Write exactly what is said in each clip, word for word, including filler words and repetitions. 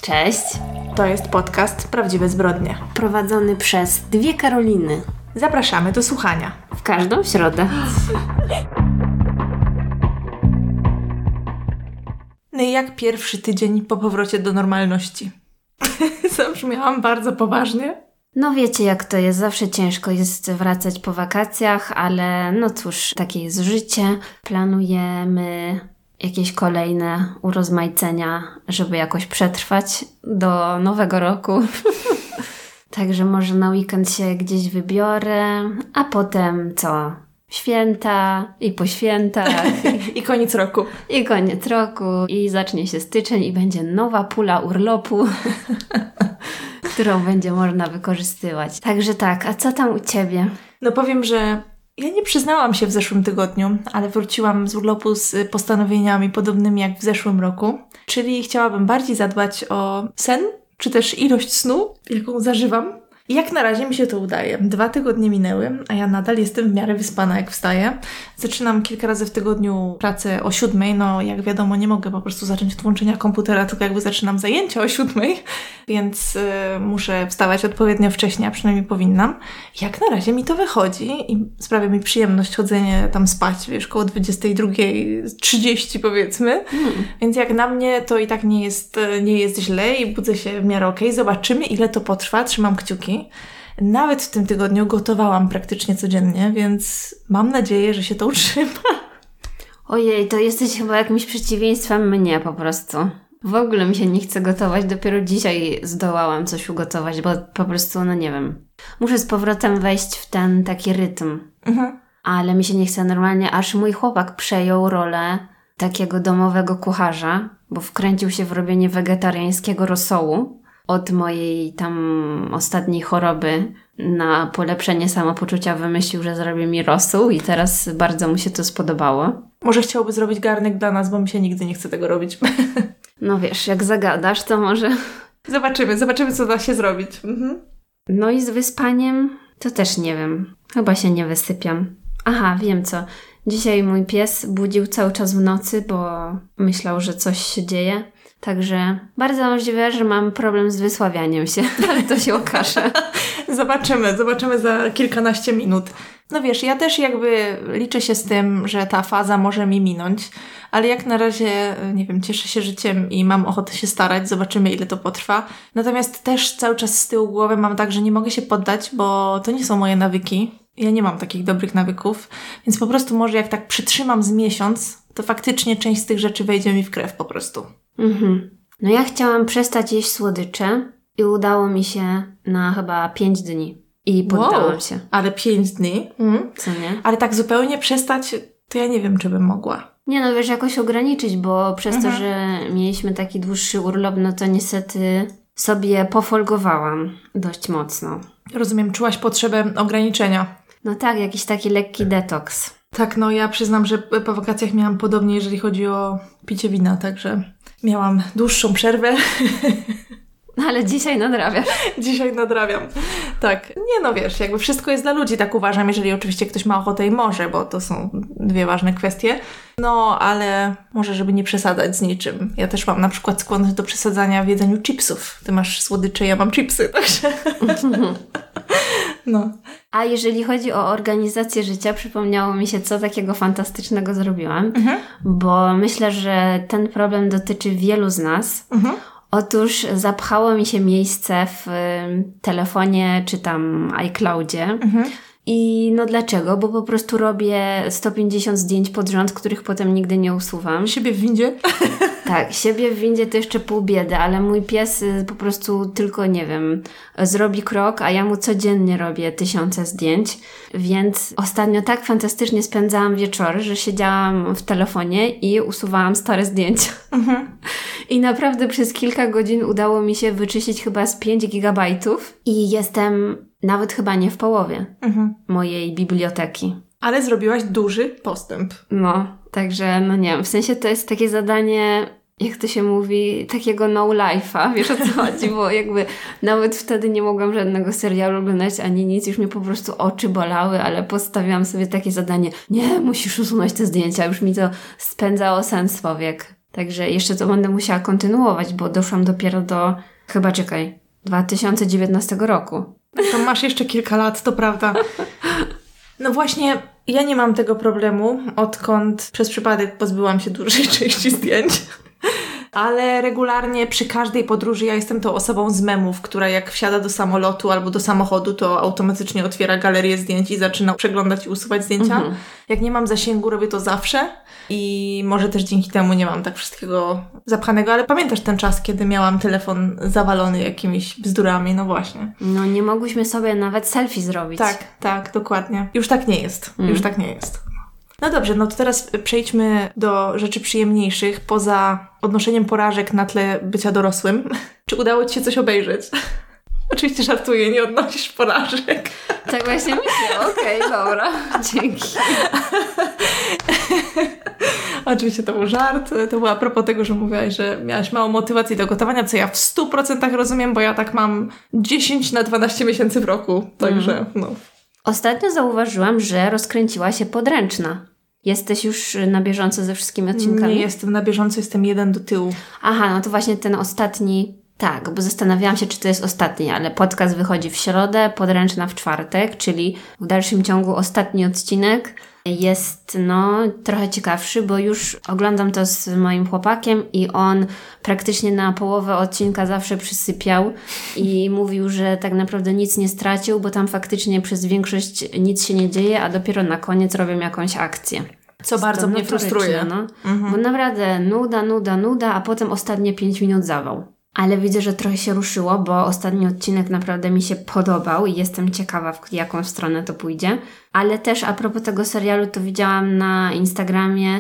Cześć. To jest podcast Prawdziwe Zbrodnie. Prowadzony przez dwie Karoliny. Zapraszamy do słuchania. W każdą środę. No i jak pierwszy tydzień po powrocie do normalności? Zabrzmiałam bardzo poważnie. No wiecie jak to jest, zawsze ciężko jest wracać po wakacjach, ale no cóż, takie jest życie. Planujemy jakieś kolejne urozmaicenia, żeby jakoś przetrwać do nowego roku. Także może na weekend się gdzieś wybiorę, a potem co? Święta i po świętach. I koniec roku. I koniec roku. I zacznie się styczeń i będzie nowa pula urlopu, którą będzie można wykorzystywać. Także tak, a co tam u Ciebie? No powiem, że ja nie przyznałam się w zeszłym tygodniu, ale wróciłam z urlopu z postanowieniami podobnymi jak w zeszłym roku. Czyli chciałabym bardziej zadbać o sen, czy też ilość snu, jaką zażywam. I jak na razie mi się to udaje. Dwa tygodnie minęły, a ja nadal jestem w miarę wyspana, jak wstaję. Zaczynam kilka razy w tygodniu pracę o siódmej. No, jak wiadomo, nie mogę po prostu zacząć od włączenia komputera, tylko jakby zaczynam zajęcia o siódmej, więc yy, muszę wstawać odpowiednio wcześnie, a przynajmniej powinnam. Jak na razie mi to wychodzi i sprawia mi przyjemność chodzenie tam spać, wiesz, koło dwudziestej drugiej trzydzieści powiedzmy. Hmm. Więc jak na mnie to i tak nie jest, nie jest źle i budzę się w miarę okej. Zobaczymy, ile to potrwa. Trzymam kciuki. Nawet w tym tygodniu gotowałam praktycznie codziennie, więc mam nadzieję, że się to utrzyma. Ojej, to jesteś chyba jakimś przeciwieństwem mnie po prostu. W ogóle mi się nie chce gotować, dopiero dzisiaj zdołałam coś ugotować, bo po prostu, no nie wiem, muszę z powrotem wejść w ten taki rytm. Mhm. Ale mi się nie chce normalnie, aż mój chłopak przejął rolę takiego domowego kucharza, bo wkręcił się w robienie wegetariańskiego rosołu. Od mojej tam ostatniej choroby na polepszenie samopoczucia wymyślił, że zrobi mi rosół i teraz bardzo mu się to spodobało. Może chciałby zrobić garnek dla nas, bo mi się nigdy nie chce tego robić. No wiesz, jak zagadasz, to może... Zobaczymy, zobaczymy co da się zrobić. Mhm. No i z wyspaniem to też nie wiem. Chyba się nie wysypiam. Aha, wiem co. Dzisiaj mój pies budził cały czas w nocy, bo myślał, że coś się dzieje. Także bardzo możliwe, że mam problem z wysławianiem się, ale to się okaże. Zobaczymy, zobaczymy za kilkanaście minut. No wiesz, ja też jakby liczę się z tym, że ta faza może mi minąć, ale jak na razie, nie wiem, cieszę się życiem i mam ochotę się starać, zobaczymy ile to potrwa. Natomiast też cały czas z tyłu głowy mam tak, że nie mogę się poddać, bo to nie są moje nawyki. Ja nie mam takich dobrych nawyków, więc po prostu może jak tak przytrzymam z miesiąc, to faktycznie część z tych rzeczy wejdzie mi w krew po prostu. Mhm. No ja chciałam przestać jeść słodycze i udało mi się na chyba pięć dni. I poddałam wow, się. Ale pięć dni? Mhm. Co nie? Ale tak zupełnie przestać, to ja nie wiem, czy bym mogła. Nie no, wiesz, jakoś ograniczyć, bo przez mhm. to, że mieliśmy taki dłuższy urlop, no to niestety sobie pofolgowałam dość mocno. Rozumiem, czułaś potrzebę ograniczenia. No tak, jakiś taki lekki detoks. Tak, no ja przyznam, że po wakacjach miałam podobnie, jeżeli chodzi o picie wina, także miałam dłuższą przerwę. Ale dzisiaj nadrabiam. Dzisiaj nadrabiam. Tak. Nie no, wiesz, jakby wszystko jest dla ludzi, tak uważam, jeżeli oczywiście ktoś ma ochotę i może, bo to są dwie ważne kwestie. No, ale może, żeby nie przesadzać z niczym. Ja też mam na przykład skłonność do przesadzania w jedzeniu chipsów. Ty masz słodycze, ja mam chipsy, także... No. A jeżeli chodzi o organizację życia, przypomniało mi się, co takiego fantastycznego zrobiłam, mhm. bo myślę, że ten problem dotyczy wielu z nas. Mhm. Otóż zapchało mi się miejsce w telefonie czy tam iCloudzie. Mhm. I no dlaczego? Bo po prostu robię sto pięćdziesiąt zdjęć pod rząd, których potem nigdy nie usuwam. Siebie w windzie? Tak, siebie w windzie to jeszcze pół biedy, ale mój pies po prostu tylko, nie wiem, zrobi krok, a ja mu codziennie robię tysiące zdjęć, więc ostatnio tak fantastycznie spędzałam wieczory, że siedziałam w telefonie i usuwałam stare zdjęcia. Mhm. I naprawdę przez kilka godzin udało mi się wyczyścić chyba z pięć gigabajtów i jestem nawet chyba nie w połowie mhm. mojej biblioteki. Ale zrobiłaś duży postęp. No, także no nie wiem, w sensie to jest takie zadanie, jak to się mówi, takiego no life'a, wiesz o co chodzi, bo jakby nawet wtedy nie mogłam żadnego serialu oglądać ani nic, już mnie po prostu oczy bolały, ale postawiłam sobie takie zadanie, nie, musisz usunąć te zdjęcia, już mi to spędzało sens powiek. Także jeszcze to będę musiała kontynuować, bo doszłam dopiero do, chyba czekaj, dwa tysiące dziewiętnastego roku. To masz jeszcze kilka lat, to prawda. No właśnie, ja nie mam tego problemu, odkąd przez przypadek pozbyłam się dużej części zdjęć. Ale regularnie przy każdej podróży ja jestem tą osobą z memów, która jak wsiada do samolotu albo do samochodu, to automatycznie otwiera galerię zdjęć i zaczyna przeglądać i usuwać zdjęcia. Mhm. Jak nie mam zasięgu, robię to zawsze i może też dzięki temu nie mam tak wszystkiego zapchanego, ale pamiętasz ten czas, kiedy miałam telefon zawalony jakimiś bzdurami? No właśnie. No nie mogłyśmy sobie nawet selfie zrobić. Tak, tak, dokładnie. Już tak nie jest. Mhm. Już tak nie jest. No dobrze, no to teraz przejdźmy do rzeczy przyjemniejszych, poza odnoszeniem porażek na tle bycia dorosłym. Czy udało Ci się coś obejrzeć? Oczywiście żartuję, nie odnosisz porażek. Tak właśnie myślę, okej, okay, dobra, dzięki. Oczywiście to był żart, to było a propos tego, że mówiłaś, że miałaś mało motywacji do gotowania, co ja w stu procentach rozumiem, bo ja tak mam dziesięć na dwanaście miesięcy w roku, także mm. no. Ostatnio zauważyłam, że rozkręciła się Podręczna. Jesteś już na bieżąco ze wszystkimi odcinkami? Nie jestem na bieżąco, jestem jeden do tyłu. Aha, no to właśnie ten ostatni, tak, bo zastanawiałam się, czy to jest ostatni, ale podcast wychodzi w środę, Podręczna w czwartek, czyli w dalszym ciągu ostatni odcinek jest, no, trochę ciekawszy, bo już oglądam to z moim chłopakiem i on praktycznie na połowę odcinka zawsze przysypiał i mówił, że tak naprawdę nic nie stracił, bo tam faktycznie przez większość nic się nie dzieje, a dopiero na koniec robią jakąś akcję. Co bardzo mnie frustruje. No, mhm. Bo naprawdę nuda, nuda, nuda, a potem ostatnie pięć minut zawał. Ale widzę, że trochę się ruszyło, bo ostatni odcinek naprawdę mi się podobał i jestem ciekawa, w jaką stronę to pójdzie. Ale też a propos tego serialu, to widziałam na Instagramie,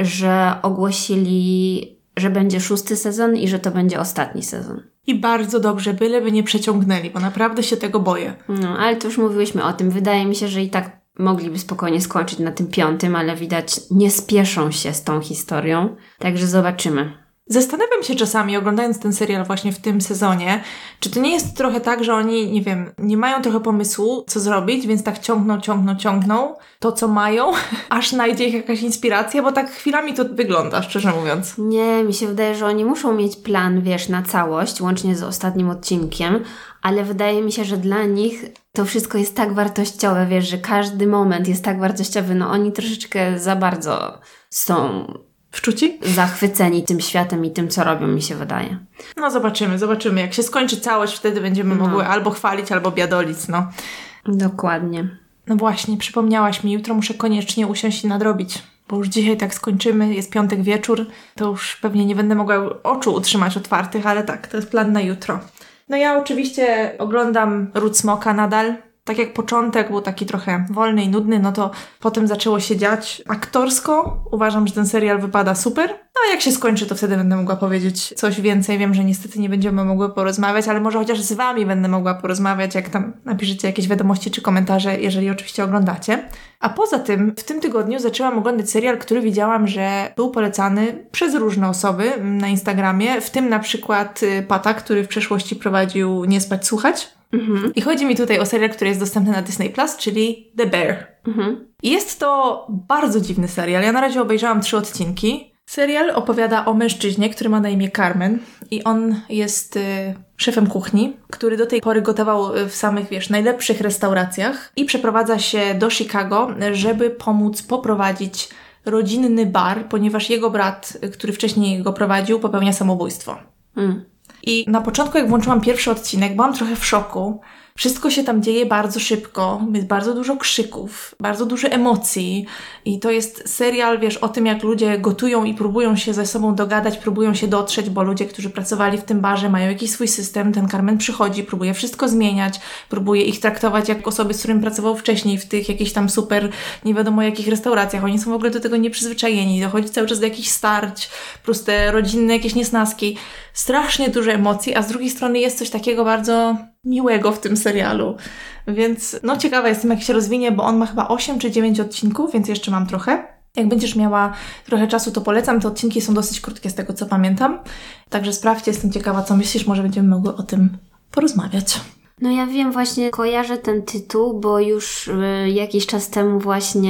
że ogłosili, że będzie szósty sezon i że to będzie ostatni sezon. I bardzo dobrze, byleby nie przeciągnęli, bo naprawdę się tego boję. No, ale to już mówiłyśmy o tym. Wydaje mi się, że i tak mogliby spokojnie skończyć na tym piątym, ale widać, nie spieszą się z tą historią. Także zobaczymy. Zastanawiam się czasami, oglądając ten serial właśnie w tym sezonie, czy to nie jest trochę tak, że oni, nie wiem, nie mają trochę pomysłu, co zrobić, więc tak ciągną, ciągną, ciągną to, co mają, aż znajdzie ich jakaś inspiracja, bo tak chwilami to wygląda, szczerze mówiąc. Nie, mi się wydaje, że oni muszą mieć plan, wiesz, na całość, łącznie z ostatnim odcinkiem, ale wydaje mi się, że dla nich to wszystko jest tak wartościowe, wiesz, że każdy moment jest tak wartościowy, no oni troszeczkę za bardzo są... Wczuci? Zachwyceni tym światem i tym, co robią, mi się wydaje. No zobaczymy, zobaczymy. Jak się skończy całość, wtedy będziemy no. mogły albo chwalić, albo biadolić, no. Dokładnie. No właśnie, przypomniałaś mi, jutro muszę koniecznie usiąść i nadrobić, bo już dzisiaj tak skończymy, jest piątek wieczór, to już pewnie nie będę mogła oczu utrzymać otwartych, ale tak, to jest plan na jutro. No ja oczywiście oglądam Ród Smoka nadal. Tak jak początek był taki trochę wolny i nudny, no to potem zaczęło się dziać aktorsko. Uważam, że ten serial wypada super. No a jak się skończy, to wtedy będę mogła powiedzieć coś więcej. Wiem, że niestety nie będziemy mogły porozmawiać, ale może chociaż z Wami będę mogła porozmawiać, jak tam napiszecie jakieś wiadomości czy komentarze, jeżeli oczywiście oglądacie. A poza tym w tym tygodniu zaczęłam oglądać serial, który widziałam, że był polecany przez różne osoby na Instagramie, w tym na przykład Pata, który w przeszłości prowadził Nie spać, słuchać. Mhm. I chodzi mi tutaj o serial, który jest dostępny na Disney Plus, czyli The Bear. Mhm. I jest to bardzo dziwny serial. Ja na razie obejrzałam trzy odcinki. Serial opowiada o mężczyźnie, który ma na imię Carmen i on jest y, szefem kuchni, który do tej pory gotował w samych, wiesz, najlepszych restauracjach i przeprowadza się do Chicago, żeby pomóc poprowadzić rodzinny bar, ponieważ jego brat, który wcześniej go prowadził, popełnia samobójstwo. Mm. I na początku, jak włączyłam pierwszy odcinek, byłam trochę w szoku. Wszystko się tam dzieje bardzo szybko, jest bardzo dużo krzyków, bardzo dużo emocji i to jest serial, wiesz, o tym, jak ludzie gotują i próbują się ze sobą dogadać, próbują się dotrzeć, bo ludzie, którzy pracowali w tym barze, mają jakiś swój system, ten Carmen przychodzi, próbuje wszystko zmieniać, próbuje ich traktować jak osoby, z którymi pracował wcześniej w tych jakichś tam super, nie wiadomo jakich restauracjach, oni są w ogóle do tego nieprzyzwyczajeni, dochodzi cały czas do jakichś starć, proste rodzinne jakieś niesnaski, strasznie dużo emocji, a z drugiej strony jest coś takiego bardzo miłego w tym serialu. Więc no ciekawa jestem, jak się rozwinie, bo on ma chyba osiem czy dziewięć odcinków, więc jeszcze mam trochę. Jak będziesz miała trochę czasu, to polecam. Te odcinki są dosyć krótkie z tego, co pamiętam. Także sprawdźcie, jestem ciekawa, co myślisz. Może będziemy mogły o tym porozmawiać. No ja wiem, właśnie kojarzę ten tytuł, bo już y, jakiś czas temu właśnie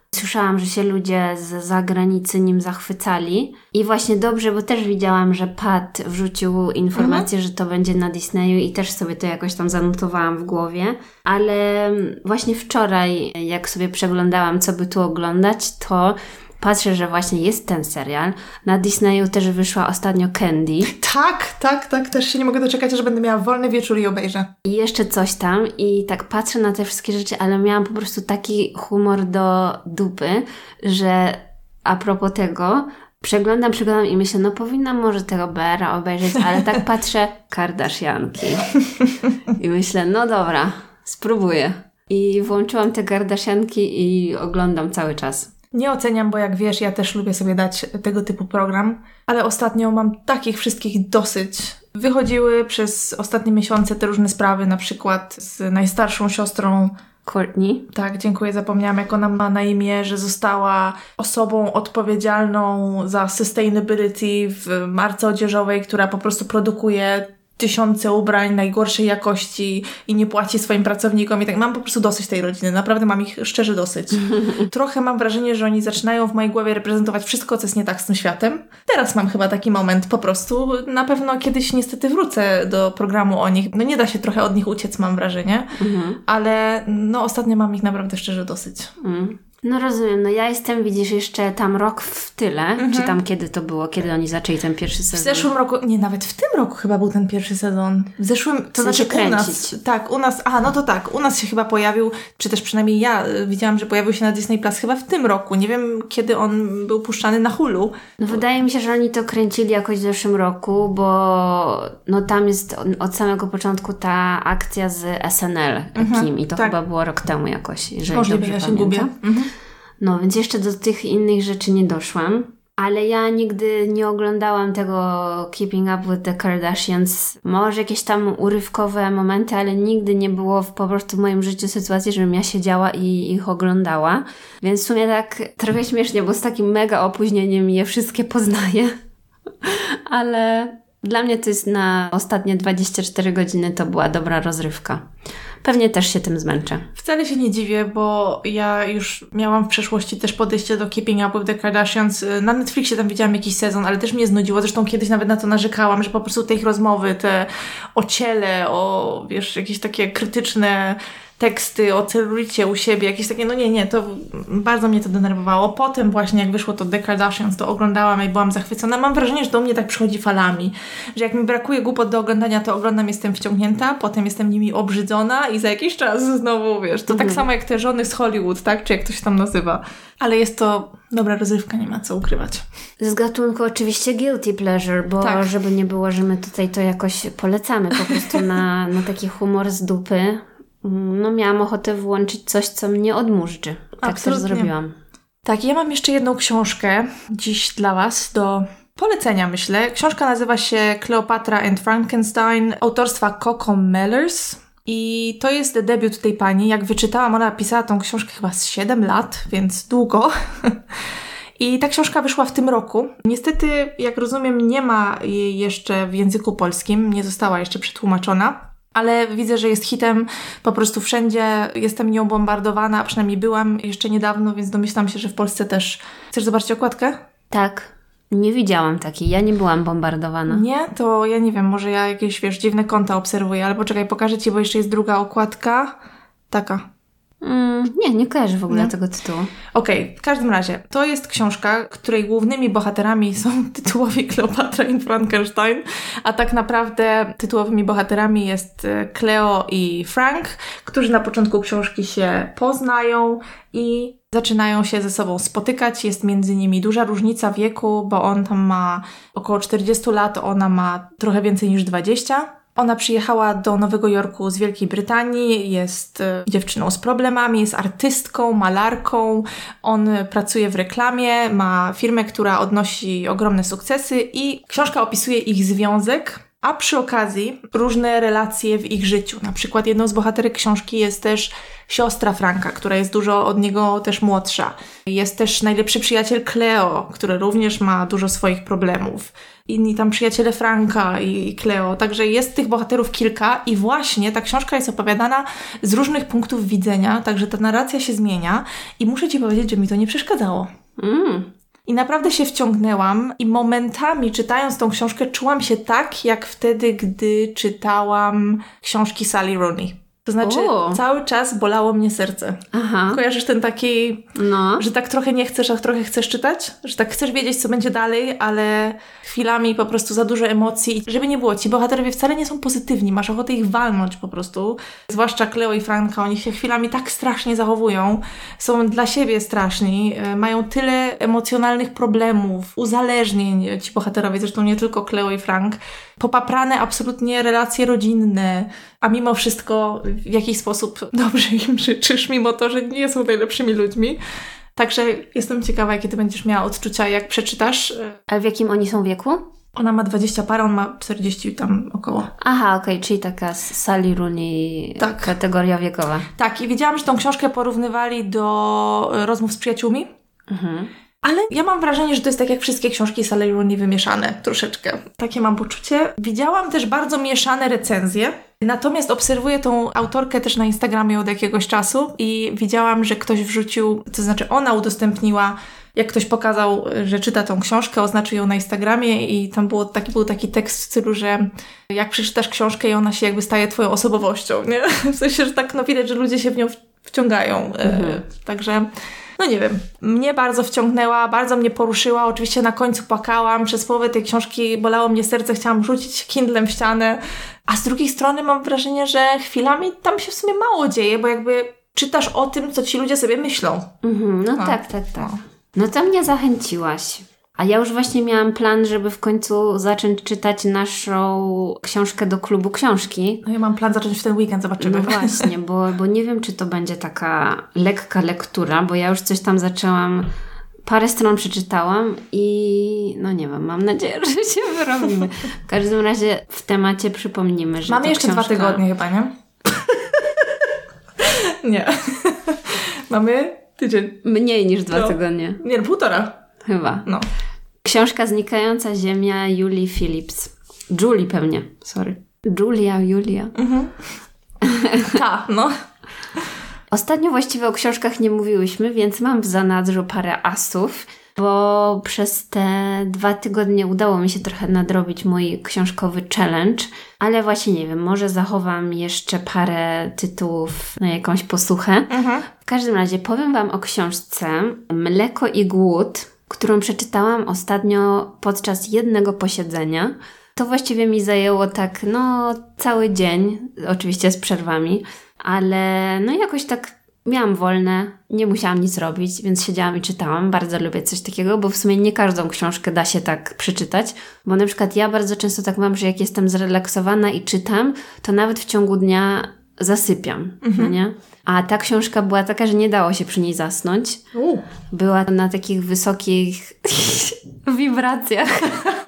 Słyszałam, że się ludzie z zagranicy nim zachwycali i właśnie dobrze, bo też widziałam, że Pat wrzucił informację, mhm. że to będzie na Disneyu i też sobie to jakoś tam zanotowałam w głowie, ale właśnie wczoraj, jak sobie przeglądałam, co by tu oglądać, to patrzę, że właśnie jest ten serial. Na Disneyu też wyszła ostatnio Candy. Tak, tak, tak. Też się nie mogę doczekać, że będę miała wolny wieczór i obejrzę. I jeszcze coś tam. I tak patrzę na te wszystkie rzeczy, ale miałam po prostu taki humor do dupy, że a propos tego, przeglądam, przeglądam i myślę, no powinnam może tego Beara obejrzeć, ale tak patrzę, Kardashianki. I myślę, no dobra, spróbuję. I włączyłam te Kardashianki i oglądam cały czas. Nie oceniam, bo jak wiesz, ja też lubię sobie dać tego typu program, ale ostatnio mam takich wszystkich dosyć. Wychodziły przez ostatnie miesiące te różne sprawy, na przykład z najstarszą siostrą Courtney. Tak, dziękuję, zapomniałam jak ona ma na imię, że została osobą odpowiedzialną za sustainability w marce odzieżowej, która po prostu produkuje tysiące ubrań najgorszej jakości i nie płaci swoim pracownikom i tak. Mam po prostu dosyć tej rodziny. Naprawdę mam ich szczerze dosyć. Trochę mam wrażenie, że oni zaczynają w mojej głowie reprezentować wszystko, co jest nie tak z tym światem. Teraz mam chyba taki moment po prostu. Na pewno kiedyś niestety wrócę do programu o nich. No nie da się trochę od nich uciec, mam wrażenie. Mhm. Ale no ostatnio mam ich naprawdę szczerze dosyć. Mhm. No rozumiem, no ja jestem, widzisz, jeszcze tam rok w tyle, mhm. czy tam kiedy to było, kiedy oni zaczęli ten pierwszy sezon? W zeszłym roku, nie, nawet w tym roku chyba był ten pierwszy sezon. W zeszłym, to w sensie znaczy kręcić. u nas, tak, u nas, a no to tak, u nas się chyba pojawił, czy też przynajmniej ja widziałam, że pojawił się na Disney Plus chyba w tym roku. Nie wiem, kiedy on był puszczany na Hulu. No wydaje mi się, że oni to kręcili jakoś w zeszłym roku, bo no tam jest od samego początku ta akcja z S N L mhm, Kim i to tak. chyba było rok temu jakoś, jeżeli Możliwe, dobrze ja się pamiętam. gubię. Mhm. No, więc jeszcze do tych innych rzeczy nie doszłam. Ale ja nigdy nie oglądałam tego Keeping Up with the Kardashians. Może jakieś tam urywkowe momenty, ale nigdy nie było w, po prostu w moim życiu sytuacji, żebym ja siedziała i ich oglądała. Więc w sumie tak trochę śmiesznie, bo z takim mega opóźnieniem je wszystkie poznaję. Ale dla mnie to jest na ostatnie dwadzieścia cztery godziny to była dobra rozrywka. Pewnie też się tym zmęczę. Wcale się nie dziwię, bo ja już miałam w przeszłości też podejście do Keeping Up with the Kardashians. Na Netflixie tam widziałam jakiś sezon, ale też mnie znudziło. Zresztą kiedyś nawet na to narzekałam, że po prostu te ich rozmowy, te o ciele, o wiesz, jakieś takie krytyczne teksty o celulicie u siebie, jakieś takie, no nie, nie, to bardzo mnie to denerwowało. Potem właśnie jak wyszło to The Kardashians, to oglądałam i byłam zachwycona. Mam wrażenie, że do mnie tak przychodzi falami, że jak mi brakuje głupot do oglądania, to oglądam, jestem wciągnięta, potem jestem nimi obrzydzona i za jakiś czas znowu, wiesz, to mhm. tak samo jak te żony z Hollywood, tak, czy jak to się tam nazywa. Ale jest to dobra rozrywka, nie ma co ukrywać. Z gatunku oczywiście guilty pleasure, bo tak. żeby nie było, że my tutaj to jakoś polecamy po prostu na, na taki humor z dupy. No miałam ochotę włączyć coś, co mnie odmóżdży. Tak Absolutnie. Też zrobiłam. Tak, ja mam jeszcze jedną książkę dziś dla Was do polecenia, myślę. Książka nazywa się Cleopatra and Frankenstein autorstwa Coco Mellers i to jest debiut tej pani. Jak wyczytałam, ona pisała tą książkę chyba z siedem lat, więc długo. I ta książka wyszła w tym roku. Niestety, jak rozumiem, nie ma jej jeszcze w języku polskim, nie została jeszcze przetłumaczona. Ale widzę, że jest hitem po prostu wszędzie. Jestem nią bombardowana, a przynajmniej byłam jeszcze niedawno, więc domyślam się, że w Polsce też. Chcesz zobaczyć okładkę? Tak. Nie widziałam takiej. Ja nie byłam bombardowana. Nie? To ja nie wiem, może ja jakieś, wiesz, dziwne konta obserwuję, ale poczekaj, pokażę Ci, bo jeszcze jest druga okładka. Taka. Mm, nie, nie kojarzę w ogóle nie? tego tytułu. Okej, okay, w każdym razie, to jest książka, której głównymi bohaterami są tytułowi Kleopatra i Frankenstein, a tak naprawdę tytułowymi bohaterami jest Cleo i Frank, którzy na początku książki się poznają i zaczynają się ze sobą spotykać. Jest między nimi duża różnica wieku, bo on tam ma około czterdzieści lat, ona ma trochę więcej niż dwadzieścia. Ona przyjechała do Nowego Jorku z Wielkiej Brytanii, jest dziewczyną z problemami, jest artystką, malarką. On pracuje w reklamie, ma firmę, która odnosi ogromne sukcesy i książka opisuje ich związek a przy okazji różne relacje w ich życiu. Na przykład jedną z bohaterek książki jest też siostra Franka, która jest dużo od niego też młodsza. Jest też najlepszy przyjaciel Cleo, który również ma dużo swoich problemów. Inni tam przyjaciele Franka i Cleo. Także jest tych bohaterów kilka i właśnie ta książka jest opowiadana z różnych punktów widzenia, także ta narracja się zmienia i muszę Ci powiedzieć, że mi to nie przeszkadzało. Mm. I naprawdę się wciągnęłam i momentami czytając tą książkę czułam się tak, jak wtedy, gdy czytałam książki Sally Rooney. To znaczy o. cały czas bolało mnie serce. Aha. Kojarzysz ten taki, no. że tak trochę nie chcesz, a trochę chcesz czytać? Że tak chcesz wiedzieć, co będzie dalej, ale chwilami po prostu za dużo emocji. I żeby nie było, ci bohaterowie wcale nie są pozytywni. Masz ochotę ich walnąć po prostu. Zwłaszcza Cleo i Franka. Oni się chwilami tak strasznie zachowują. Są dla siebie straszni. Mają tyle emocjonalnych problemów, uzależnień ci bohaterowie. Zresztą nie tylko Cleo i Frank. Popaprane absolutnie relacje rodzinne, a mimo wszystko w jakiś sposób dobrze im życzysz, mimo to, że nie są najlepszymi ludźmi. Także jestem ciekawa, jakie ty będziesz miała odczucia, jak przeczytasz. Ale w jakim oni są wieku? Ona ma dwadzieścia parę, on ma czterdzieści tam około. Aha, okej, okay, czyli taka Sally Rooney tak. kategoria wiekowa. Tak, i wiedziałam, że tą książkę porównywali do Rozmów z przyjaciółmi. Mhm. Ale ja mam wrażenie, że to jest tak jak wszystkie książki Sally Rooney wymieszane troszeczkę. Takie mam poczucie. Widziałam też bardzo mieszane recenzje. Natomiast obserwuję tą autorkę też na Instagramie od jakiegoś czasu i widziałam, że ktoś wrzucił, to znaczy ona udostępniła, jak ktoś pokazał, że czyta tą książkę, oznaczył ją na Instagramie i tam było taki, był taki tekst w stylu, że jak przeczytasz książkę i ona się jakby staje twoją osobowością, nie? W sensie, że tak no widać, że ludzie się w nią wciągają. Mhm. E, także... No nie wiem, mnie bardzo wciągnęła, bardzo mnie poruszyła, oczywiście na końcu płakałam, przez połowę tej książki bolało mnie serce, chciałam rzucić Kindlem w ścianę, a z drugiej strony mam wrażenie, że chwilami tam się w sumie mało dzieje, bo jakby czytasz o tym, co ci ludzie sobie myślą. Mhm, no, no tak, tak, tak. No. no to mnie zachęciłaś. A ja już właśnie miałam plan, żeby w końcu zacząć czytać naszą książkę do klubu książki. No ja mam plan zacząć w ten weekend, zobaczymy. No właśnie, bo, bo nie wiem, czy to będzie taka lekka lektura, bo ja już coś tam zaczęłam, parę stron przeczytałam i no nie wiem, mam nadzieję, że się wyrobimy. W każdym razie w temacie przypomnimy, że mamy to jeszcze książka... dwa tygodnie chyba, nie? nie. Mamy tydzień. Mniej niż dwa no. tygodnie. Nie, półtora. Chyba. No. Książka Znikająca Ziemia Julii Phillips. Julie pewnie, sorry. Julia, Julia. Mhm. Ta, no. Ostatnio właściwie o książkach nie mówiłyśmy, więc mam w zanadrzu parę asów, bo przez te dwa tygodnie udało mi się trochę nadrobić mój książkowy challenge, ale właśnie nie wiem, może zachowam jeszcze parę tytułów na jakąś posłuchę. Mhm. W każdym razie powiem Wam o książce Mleko i głód, którą przeczytałam ostatnio podczas jednego posiedzenia. To właściwie mi zajęło tak, no, cały dzień, oczywiście z przerwami, ale no jakoś tak miałam wolne, nie musiałam nic robić, więc siedziałam i czytałam. Bardzo lubię coś takiego, bo w sumie nie każdą książkę da się tak przeczytać, bo na przykład ja bardzo często tak mam, że jak jestem zrelaksowana i czytam, to nawet w ciągu dnia zasypiam, mhm. no nie? A ta książka była taka, że nie dało się przy niej zasnąć. U. Była na takich wysokich wibracjach.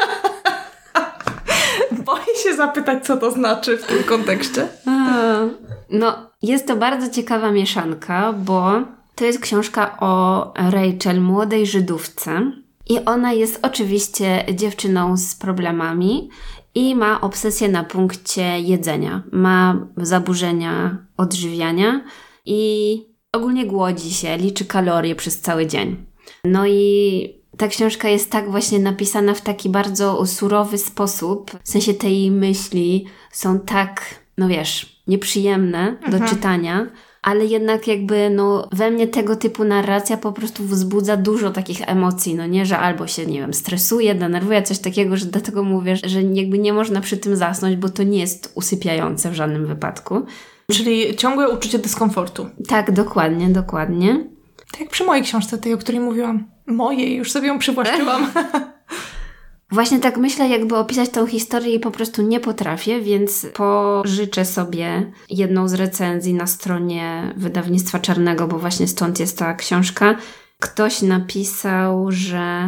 Boję się zapytać, co to znaczy w tym kontekście. No, jest to bardzo ciekawa mieszanka, bo to jest książka o Rachel, młodej Żydówce. I ona jest oczywiście dziewczyną z problemami i ma obsesję na punkcie jedzenia. Ma zaburzenia odżywiania i ogólnie głodzi się, liczy kalorie przez cały dzień. No i ta książka jest tak właśnie napisana w taki bardzo surowy sposób. W sensie te jej myśli są tak, no wiesz, nieprzyjemne mhm. do czytania, ale jednak jakby no we mnie tego typu narracja po prostu wzbudza dużo takich emocji, no nie, że albo się, nie wiem, stresuje, denerwuje, coś takiego, że dlatego mówię, że jakby nie można przy tym zasnąć, bo to nie jest usypiające w żadnym wypadku. Czyli ciągłe uczucie dyskomfortu. Tak, dokładnie, dokładnie. Tak jak przy mojej książce, tej, o której mówiłam. Mojej, już sobie ją przywłaszczyłam. Właśnie tak myślę, jakby opisać tą historię i po prostu nie potrafię, więc pożyczę sobie jedną z recenzji na stronie wydawnictwa Czarnego, bo właśnie stąd jest ta książka. Ktoś napisał, że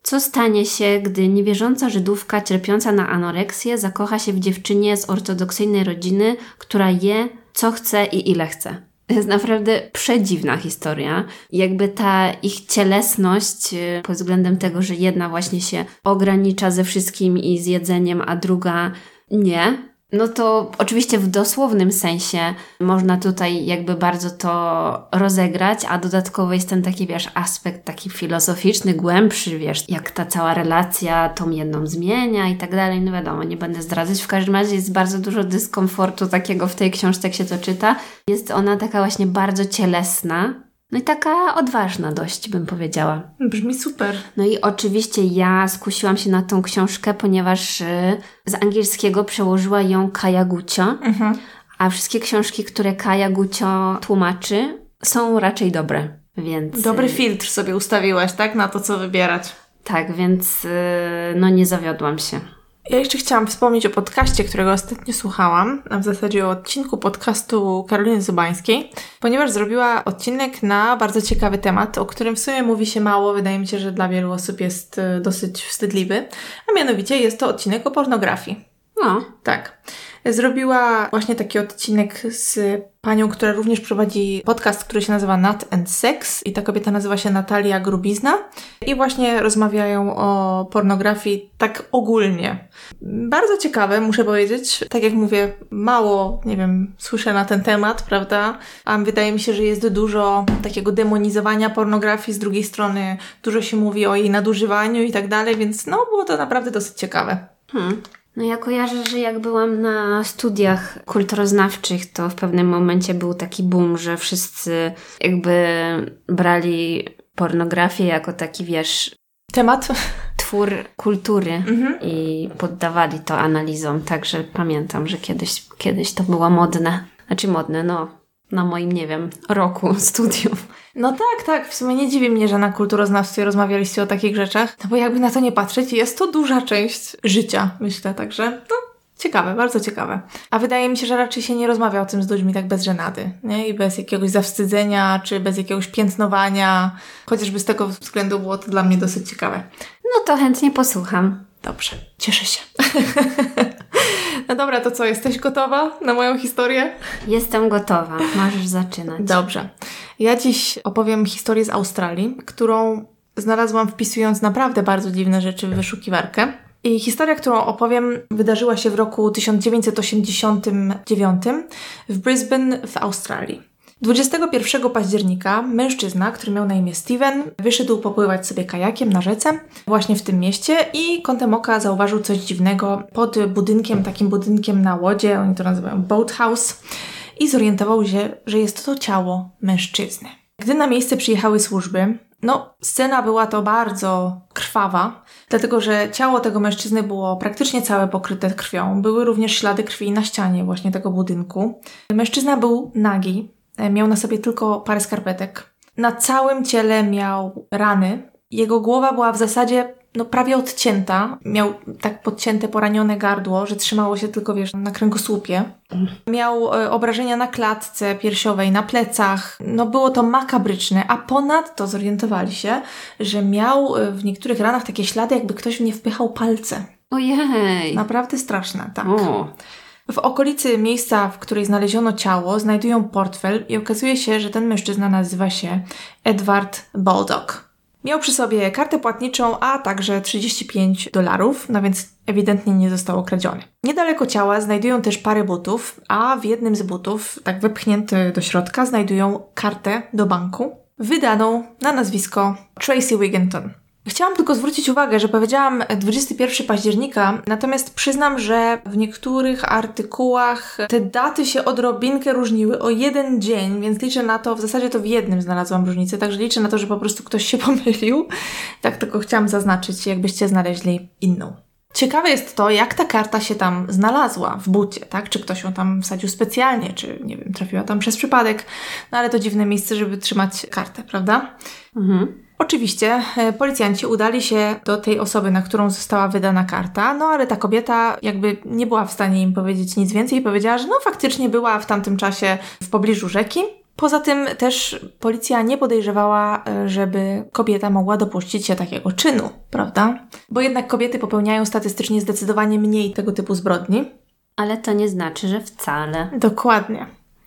Co stanie się, gdy niewierząca Żydówka cierpiąca na anoreksję zakocha się w dziewczynie z ortodoksyjnej rodziny, która je, co chce i ile chce? To jest naprawdę przedziwna historia. Jakby ta ich cielesność pod względem tego, że jedna właśnie się ogranicza ze wszystkim i z jedzeniem, a druga nie. No to oczywiście w dosłownym sensie można tutaj jakby bardzo to rozegrać, a dodatkowo jest ten taki, wiesz, aspekt taki filozoficzny, głębszy, wiesz, jak ta cała relacja tą jedną zmienia i tak dalej. No wiadomo, nie będę zdradzać. W każdym razie jest bardzo dużo dyskomfortu takiego w tej książce, jak się to czyta. Jest ona taka właśnie bardzo cielesna. No i taka odważna dość, bym powiedziała. Brzmi super. No i oczywiście ja skusiłam się na tą książkę, ponieważ y, z angielskiego przełożyła ją Kaja Gucio, mhm. a wszystkie książki, które Kaja Gucio tłumaczy, są raczej dobre, więc... Dobry filtr sobie ustawiłaś, tak? Na to, co wybierać. Tak, więc y, no nie zawiodłam się. Ja jeszcze chciałam wspomnieć o podcaście, którego ostatnio słuchałam, a w zasadzie o odcinku podcastu Karoliny Zubańskiej, ponieważ zrobiła odcinek na bardzo ciekawy temat, o którym w sumie mówi się mało, wydaje mi się, że dla wielu osób jest dosyć wstydliwy, a mianowicie jest to odcinek o pornografii. No. Tak. Zrobiła właśnie taki odcinek z panią, która również prowadzi podcast, który się nazywa Nut and Sex i ta kobieta nazywa się Natalia Grubizna i właśnie rozmawiają o pornografii tak ogólnie. Bardzo ciekawe, muszę powiedzieć. Tak jak mówię, mało, nie wiem, słyszę na ten temat, prawda? A wydaje mi się, że jest dużo takiego demonizowania pornografii, z drugiej strony dużo się mówi o jej nadużywaniu i tak dalej, więc no było to naprawdę dosyć ciekawe. Hmm. No ja kojarzę, że jak byłam na studiach kulturoznawczych, to w pewnym momencie był taki boom, że wszyscy jakby brali pornografię jako taki, wiesz... Temat? Twór kultury mhm. i poddawali to analizom. Także pamiętam, że kiedyś, kiedyś to było modne. Znaczy modne, no... na moim, nie wiem, roku studiów. No tak, tak. W sumie nie dziwi mnie, że na kulturoznawstwie rozmawialiście o takich rzeczach, no bo jakby na to nie patrzeć, jest to duża część życia, myślę. Także, no, ciekawe, bardzo ciekawe. A wydaje mi się, że raczej się nie rozmawia o tym z ludźmi tak bez żenady, nie? I bez jakiegoś zawstydzenia, czy bez jakiegoś piętnowania. Chociażby z tego względu było to dla mnie dosyć ciekawe. No to chętnie posłucham. Dobrze, cieszę się. No dobra, to co, jesteś gotowa na moją historię? Jestem gotowa, możesz zaczynać. Dobrze. Ja dziś opowiem historię z Australii, którą znalazłam wpisując naprawdę bardzo dziwne rzeczy w wyszukiwarkę. I historia, którą opowiem, wydarzyła się w roku tysiąc dziewięćset osiemdziesiątym dziewiątym w Brisbane w Australii. dwudziestego pierwszego października mężczyzna, który miał na imię Steven, wyszedł popływać sobie kajakiem na rzece właśnie w tym mieście i kątem oka zauważył coś dziwnego pod budynkiem, takim budynkiem na łodzie, oni to nazywają boathouse, i zorientował się, że jest to ciało mężczyzny. Gdy na miejsce przyjechały służby, no scena była to bardzo krwawa, dlatego że ciało tego mężczyzny było praktycznie całe pokryte krwią. Były również ślady krwi na ścianie właśnie tego budynku. Mężczyzna był nagi. Miał na sobie tylko parę skarpetek. Na całym ciele miał rany. Jego głowa była w zasadzie no, prawie odcięta. Miał tak podcięte, poranione gardło, że trzymało się tylko, wiesz, na kręgosłupie. Miał e, obrażenia na klatce piersiowej, na plecach. No było to makabryczne, a ponadto zorientowali się, że miał e, w niektórych ranach takie ślady, jakby ktoś w nie wpychał palce. Ojej! Naprawdę straszne, tak. O. W okolicy miejsca, w której znaleziono ciało, znajdują portfel i okazuje się, że ten mężczyzna nazywa się Edward Baldock. Miał przy sobie kartę płatniczą, a także trzydzieści pięć dolarów, no więc ewidentnie nie został okradziony. Niedaleko ciała znajdują też parę butów, a w jednym z butów, tak wepchnięty do środka, znajdują kartę do banku, wydaną na nazwisko Tracy Wigginton. Chciałam tylko zwrócić uwagę, że powiedziałam dwudziestego pierwszego października, natomiast przyznam, że w niektórych artykułach te daty się odrobinkę różniły o jeden dzień, więc liczę na to, w zasadzie to w jednym znalazłam różnicę, także liczę na to, że po prostu ktoś się pomylił. Tak tylko chciałam zaznaczyć, jakbyście znaleźli inną. Ciekawe jest to, jak ta karta się tam znalazła w bucie, tak? Czy ktoś ją tam wsadził specjalnie, czy, nie wiem, trafiła tam przez przypadek. No ale to dziwne miejsce, żeby trzymać kartę, prawda? Mhm. Oczywiście e, policjanci udali się do tej osoby, na którą została wydana karta, no ale ta kobieta jakby nie była w stanie im powiedzieć nic więcej i powiedziała, że no faktycznie była w tamtym czasie w pobliżu rzeki. Poza tym też policja nie podejrzewała, żeby kobieta mogła dopuścić się takiego czynu, prawda? Bo jednak kobiety popełniają statystycznie zdecydowanie mniej tego typu zbrodni. Ale to nie znaczy, że wcale. Dokładnie.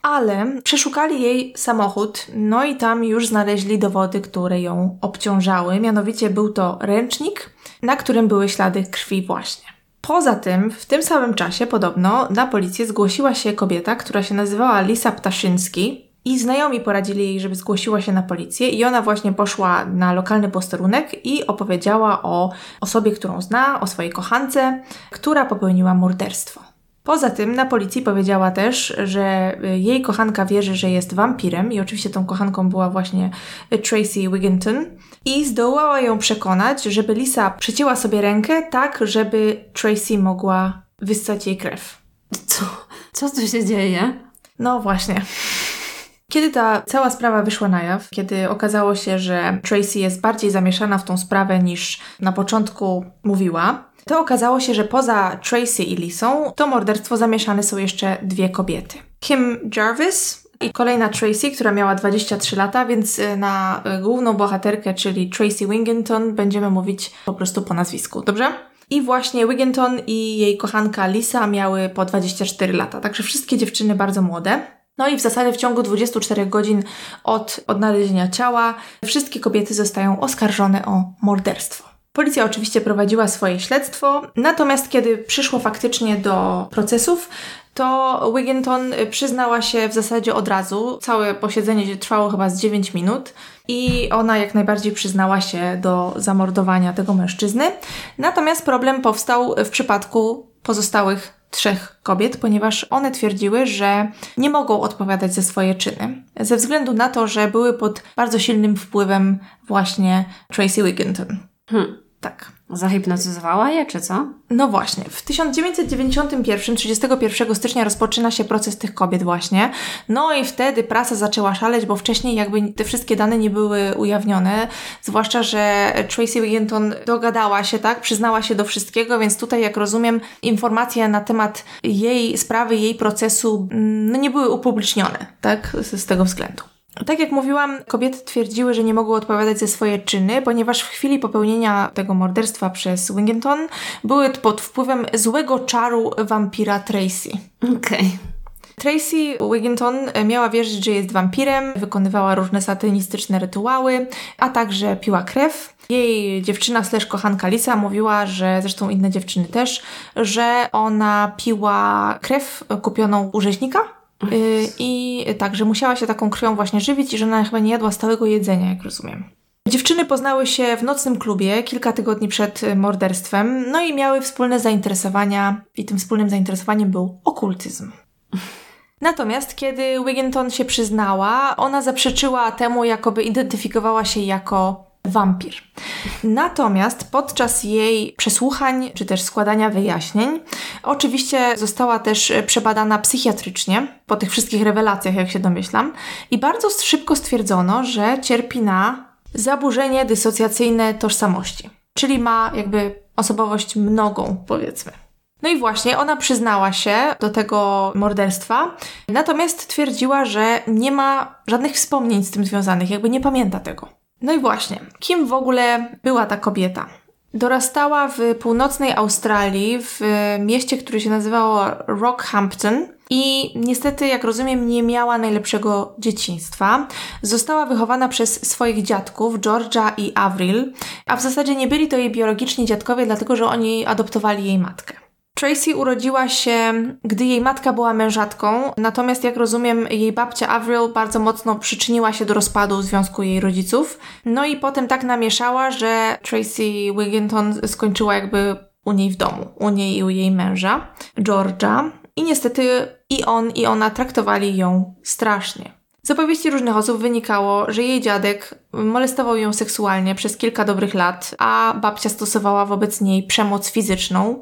Ale przeszukali jej samochód, no i tam już znaleźli dowody, które ją obciążały. Mianowicie był to ręcznik, na którym były ślady krwi właśnie. Poza tym, w tym samym czasie podobno na policję zgłosiła się kobieta, która się nazywała Lisa Ptaszyński i znajomi poradzili jej, żeby zgłosiła się na policję i ona właśnie poszła na lokalny posterunek i opowiedziała o osobie, którą zna, o swojej kochance, która popełniła morderstwo. Poza tym na policji powiedziała też, że jej kochanka wierzy, że jest wampirem i oczywiście tą kochanką była właśnie Tracy Wigginton i zdołała ją przekonać, żeby Lisa przecięła sobie rękę tak, żeby Tracy mogła wyssać jej krew. Co? Co tu się dzieje? No właśnie. Kiedy ta cała sprawa wyszła na jaw, kiedy okazało się, że Tracy jest bardziej zamieszana w tą sprawę niż na początku mówiła, to okazało się, że poza Tracy i Lisą to morderstwo zamieszane są jeszcze dwie kobiety. Kim Jarvis i kolejna Tracy, która miała dwadzieścia trzy lata, więc na główną bohaterkę, czyli Tracy Wigginton, będziemy mówić po prostu po nazwisku, dobrze? I właśnie Wigginton i jej kochanka Lisa miały po dwadzieścia cztery lata, także wszystkie dziewczyny bardzo młode. No i w zasadzie w ciągu dwudziestu czterech godzin od odnalezienia ciała wszystkie kobiety zostają oskarżone o morderstwo. Policja oczywiście prowadziła swoje śledztwo, natomiast kiedy przyszło faktycznie do procesów, to Wigginton przyznała się w zasadzie od razu. Całe posiedzenie trwało chyba z dziewięć minut i ona jak najbardziej przyznała się do zamordowania tego mężczyzny. Natomiast problem powstał w przypadku pozostałych trzech kobiet, ponieważ one twierdziły, że nie mogą odpowiadać za swoje czyny, ze względu na to, że były pod bardzo silnym wpływem właśnie Tracy Wigginton. Hmm. Tak. Zahipnotyzowała je, czy co? No właśnie. W tysiąc dziewięćset dziewięćdziesiątym pierwszym, trzydziestego pierwszego stycznia rozpoczyna się proces tych kobiet właśnie. No i wtedy prasa zaczęła szaleć, bo wcześniej jakby te wszystkie dane nie były ujawnione. Zwłaszcza, że Tracy Wigginton dogadała się, tak? Przyznała się do wszystkiego, więc tutaj, jak rozumiem, informacje na temat jej sprawy, jej procesu no nie były upublicznione, tak? Z, z tego względu. Tak jak mówiłam, kobiety twierdziły, że nie mogły odpowiadać za swoje czyny, ponieważ w chwili popełnienia tego morderstwa przez Wigginton były pod wpływem złego czaru wampira Tracy. Okej. Okay. Tracy Wigginton miała wierzyć, że jest wampirem, wykonywała różne satanistyczne rytuały, a także piła krew. Jej dziewczyna slash kochanka Lisa mówiła, że zresztą inne dziewczyny też, że ona piła krew kupioną u rzeźnika. I tak, że musiała się taką krwią właśnie żywić i że ona chyba nie jadła stałego jedzenia, jak rozumiem. Dziewczyny poznały się w nocnym klubie kilka tygodni przed morderstwem, no i miały wspólne zainteresowania i tym wspólnym zainteresowaniem był okultyzm. Natomiast kiedy Wigginton się przyznała, ona zaprzeczyła temu, jakoby identyfikowała się jako wampir. Natomiast podczas jej przesłuchań, czy też składania wyjaśnień, oczywiście została też przebadana psychiatrycznie, po tych wszystkich rewelacjach, jak się domyślam, i bardzo szybko stwierdzono, że cierpi na zaburzenie dysocjacyjne tożsamości, czyli ma jakby osobowość mnogą, powiedzmy. No i właśnie, ona przyznała się do tego morderstwa, natomiast twierdziła, że nie ma żadnych wspomnień z tym związanych, jakby nie pamięta tego. No i właśnie, kim w ogóle była ta kobieta? Dorastała w północnej Australii, w mieście, które się nazywało Rockhampton i niestety, jak rozumiem, nie miała najlepszego dzieciństwa. Została wychowana przez swoich dziadków, George'a i Avril, a w zasadzie nie byli to jej biologiczni dziadkowie, dlatego że oni adoptowali jej matkę. Tracy urodziła się, gdy jej matka była mężatką, natomiast jak rozumiem, jej babcia Avril bardzo mocno przyczyniła się do rozpadu związku jej rodziców. No i potem tak namieszała, że Tracy Wigginton skończyła jakby u niej w domu, u niej i u jej męża, George'a. I niestety i on, i ona traktowali ją strasznie. Z opowieści różnych osób wynikało, że jej dziadek molestował ją seksualnie przez kilka dobrych lat, a babcia stosowała wobec niej przemoc fizyczną.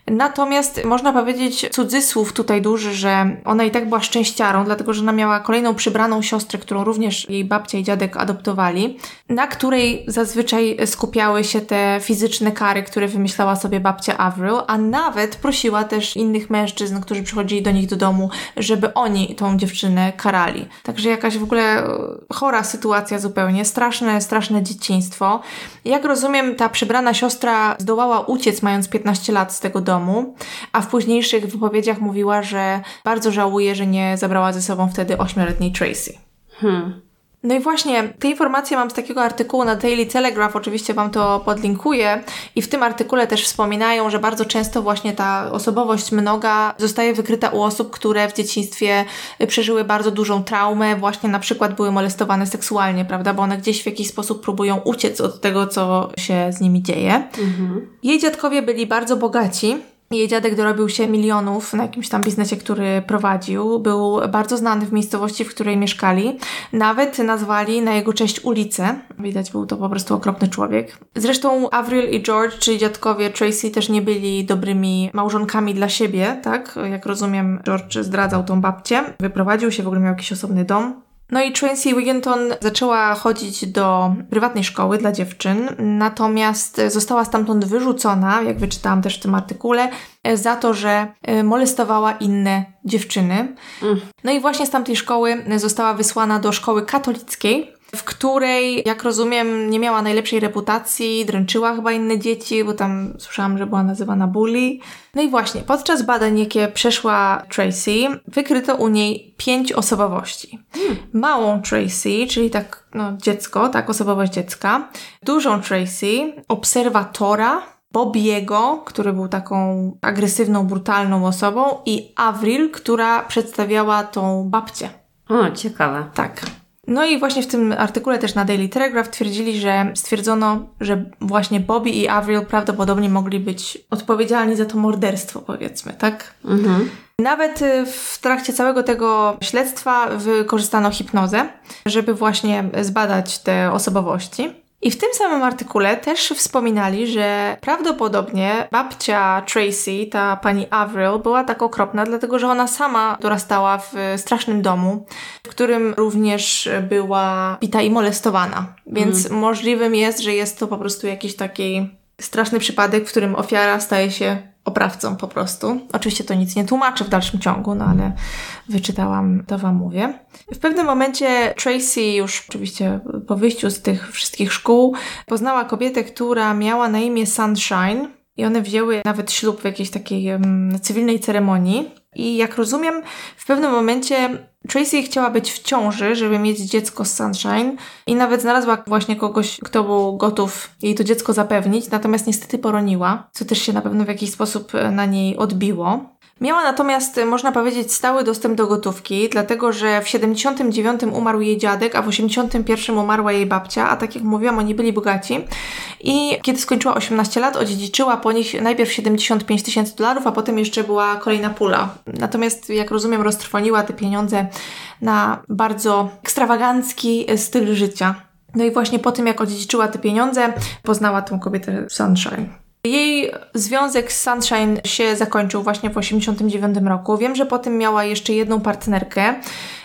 Natomiast można powiedzieć, cudzysłów tutaj duży, że ona i tak była szczęściarą, dlatego że ona miała kolejną przybraną siostrę, którą również jej babcia i dziadek adoptowali, na której zazwyczaj skupiały się te fizyczne kary, które wymyślała sobie babcia Avril, a nawet prosiła też innych mężczyzn, którzy przychodzili do nich do domu, żeby oni tą dziewczynę karali. Także jakaś w ogóle chora sytuacja zupełnie, straszne, straszne dzieciństwo. Jak rozumiem, ta przybrana siostra zdołała uciec mając piętnaście lat z tego domu, a w późniejszych wypowiedziach mówiła, że bardzo żałuje, że nie zabrała ze sobą wtedy ośmioletniej Tracy. Hmm. No i właśnie, te informacje mam z takiego artykułu na Daily Telegraph, oczywiście Wam to podlinkuję i w tym artykule też wspominają, że bardzo często właśnie ta osobowość mnoga zostaje wykryta u osób, które w dzieciństwie przeżyły bardzo dużą traumę, właśnie na przykład były molestowane seksualnie, prawda, bo one gdzieś w jakiś sposób próbują uciec od tego, co się z nimi dzieje. Mhm. Jej dziadkowie byli bardzo bogaci. Jej dziadek dorobił się milionów na jakimś tam biznesie, który prowadził. Był bardzo znany w miejscowości, w której mieszkali. Nawet nazwali na jego cześć ulicę. Widać, był to po prostu okropny człowiek. Zresztą Avril i George, czyli dziadkowie Tracy, też nie byli dobrymi małżonkami dla siebie, tak? Jak rozumiem, George zdradzał tą babcię. Wyprowadził się, w ogóle miał jakiś osobny dom. No i Tracy Wigginton zaczęła chodzić do prywatnej szkoły dla dziewczyn, natomiast została stamtąd wyrzucona, jak wyczytałam też w tym artykule, za to, że molestowała inne dziewczyny. Mm. No i właśnie z tamtej szkoły została wysłana do szkoły katolickiej, w której, jak rozumiem, nie miała najlepszej reputacji, dręczyła chyba inne dzieci, bo tam słyszałam, że była nazywana bully. No i właśnie, podczas badań, jakie przeszła Tracy, wykryto u niej pięć osobowości. Hmm. Małą Tracy, czyli tak, no, dziecko, tak, osobowość dziecka. Dużą Tracy, obserwatora, Bobiego, który był taką agresywną, brutalną osobą i Avril, która przedstawiała tą babcię. O, ciekawe. Tak. No i właśnie w tym artykule też na Daily Telegraph twierdzili, że stwierdzono, że właśnie Bobby i Avril prawdopodobnie mogli być odpowiedzialni za to morderstwo, powiedzmy, tak? Mhm. Nawet w trakcie całego tego śledztwa wykorzystano hipnozę, żeby właśnie zbadać te osobowości. I w tym samym artykule też wspominali, że prawdopodobnie babcia Tracy, ta pani Avril, była tak okropna, dlatego że ona sama dorastała w strasznym domu, w którym również była bita i molestowana. Więc mm. możliwym jest, że jest to po prostu jakiś taki straszny przypadek, w którym ofiara staje się oprawcą po prostu. Oczywiście to nic nie tłumaczy w dalszym ciągu, no ale wyczytałam, to Wam mówię. W pewnym momencie Tracy już oczywiście po wyjściu z tych wszystkich szkół poznała kobietę, która miała na imię Sunshine i one wzięły nawet ślub w jakiejś takiej um, cywilnej ceremonii. I jak rozumiem, w pewnym momencie Tracy chciała być w ciąży, żeby mieć dziecko z Sunshine i nawet znalazła właśnie kogoś, kto był gotów jej to dziecko zapewnić, natomiast niestety poroniła, co też się na pewno w jakiś sposób na niej odbiło. Miała natomiast, można powiedzieć, stały dostęp do gotówki, dlatego że w siedemdziesiątym dziewiątym umarł jej dziadek, a w osiemdziesiątym pierwszym umarła jej babcia, a tak jak mówiłam, oni byli bogaci. I kiedy skończyła osiemnaście lat, odziedziczyła po nich najpierw siedemdziesiąt pięć tysięcy dolarów, a potem jeszcze była kolejna pula. Natomiast, jak rozumiem, roztrwoniła te pieniądze na bardzo ekstrawagancki styl życia. No i właśnie po tym, jak odziedziczyła te pieniądze, poznała tą kobietę Sunshine. Jej związek z Sunshine się zakończył właśnie w osiemdziesiątym dziewiątym roku. Wiem, że potem miała jeszcze jedną partnerkę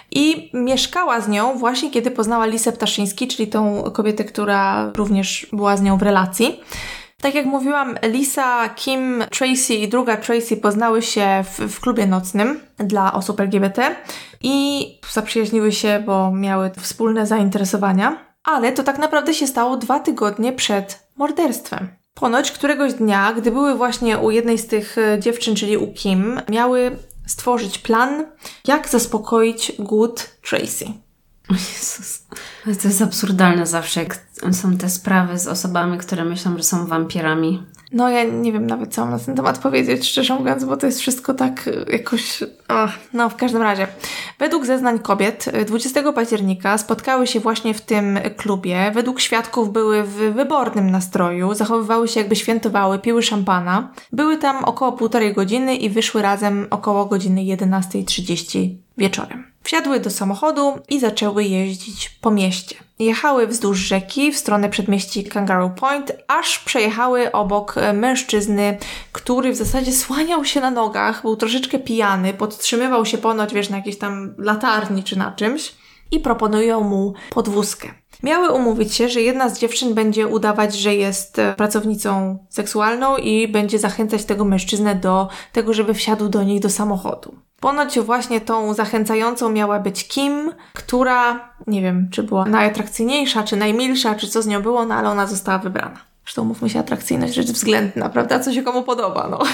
i mieszkała z nią właśnie kiedy poznała Lisę Ptaszyński, czyli tą kobietę, która również była z nią w relacji. Tak jak mówiłam, Lisa, Kim, Tracy i druga Tracy poznały się w, w klubie nocnym dla osób L G B T i zaprzyjaźniły się, bo miały wspólne zainteresowania. Ale to tak naprawdę się stało dwa tygodnie przed morderstwem. Ponoć któregoś dnia, gdy były właśnie u jednej z tych dziewczyn, czyli u Kim, miały stworzyć plan, jak zaspokoić głód Tracy. O Jezus. To jest absurdalne zawsze, jak są te sprawy z osobami, które myślą, że są wampirami. No ja nie wiem nawet, co mam na ten temat powiedzieć, szczerze mówiąc, bo to jest wszystko tak jakoś... Oh, no, w każdym razie. Według zeznań kobiet dwudziestego października spotkały się właśnie w tym klubie. Według świadków były w wybornym nastroju, zachowywały się jakby świętowały, piły szampana. Były tam około półtorej godziny i wyszły razem około godziny jedenastej trzydzieści wieczorem. Wsiadły do samochodu i zaczęły jeździć po mieście. jechały wzdłuż rzeki w stronę przedmieści Kangaroo Point, aż przejechały obok mężczyzny, który w zasadzie słaniał się na nogach, był troszeczkę pijany, podtrzymywał się ponoć, wiesz, na jakiejś tam latarni czy na czymś i proponują mu podwózkę. Miały umówić się, że jedna z dziewczyn będzie udawać, że jest pracownicą seksualną i będzie zachęcać tego mężczyznę do tego, żeby wsiadł do nich do samochodu. Ponoć właśnie tą zachęcającą miała być Kim, która, nie wiem, czy była najatrakcyjniejsza, czy najmilsza, czy co z nią było, no ale ona została wybrana. Zresztą mówmy się, atrakcyjność rzecz względna, prawda? Co się komu podoba, no.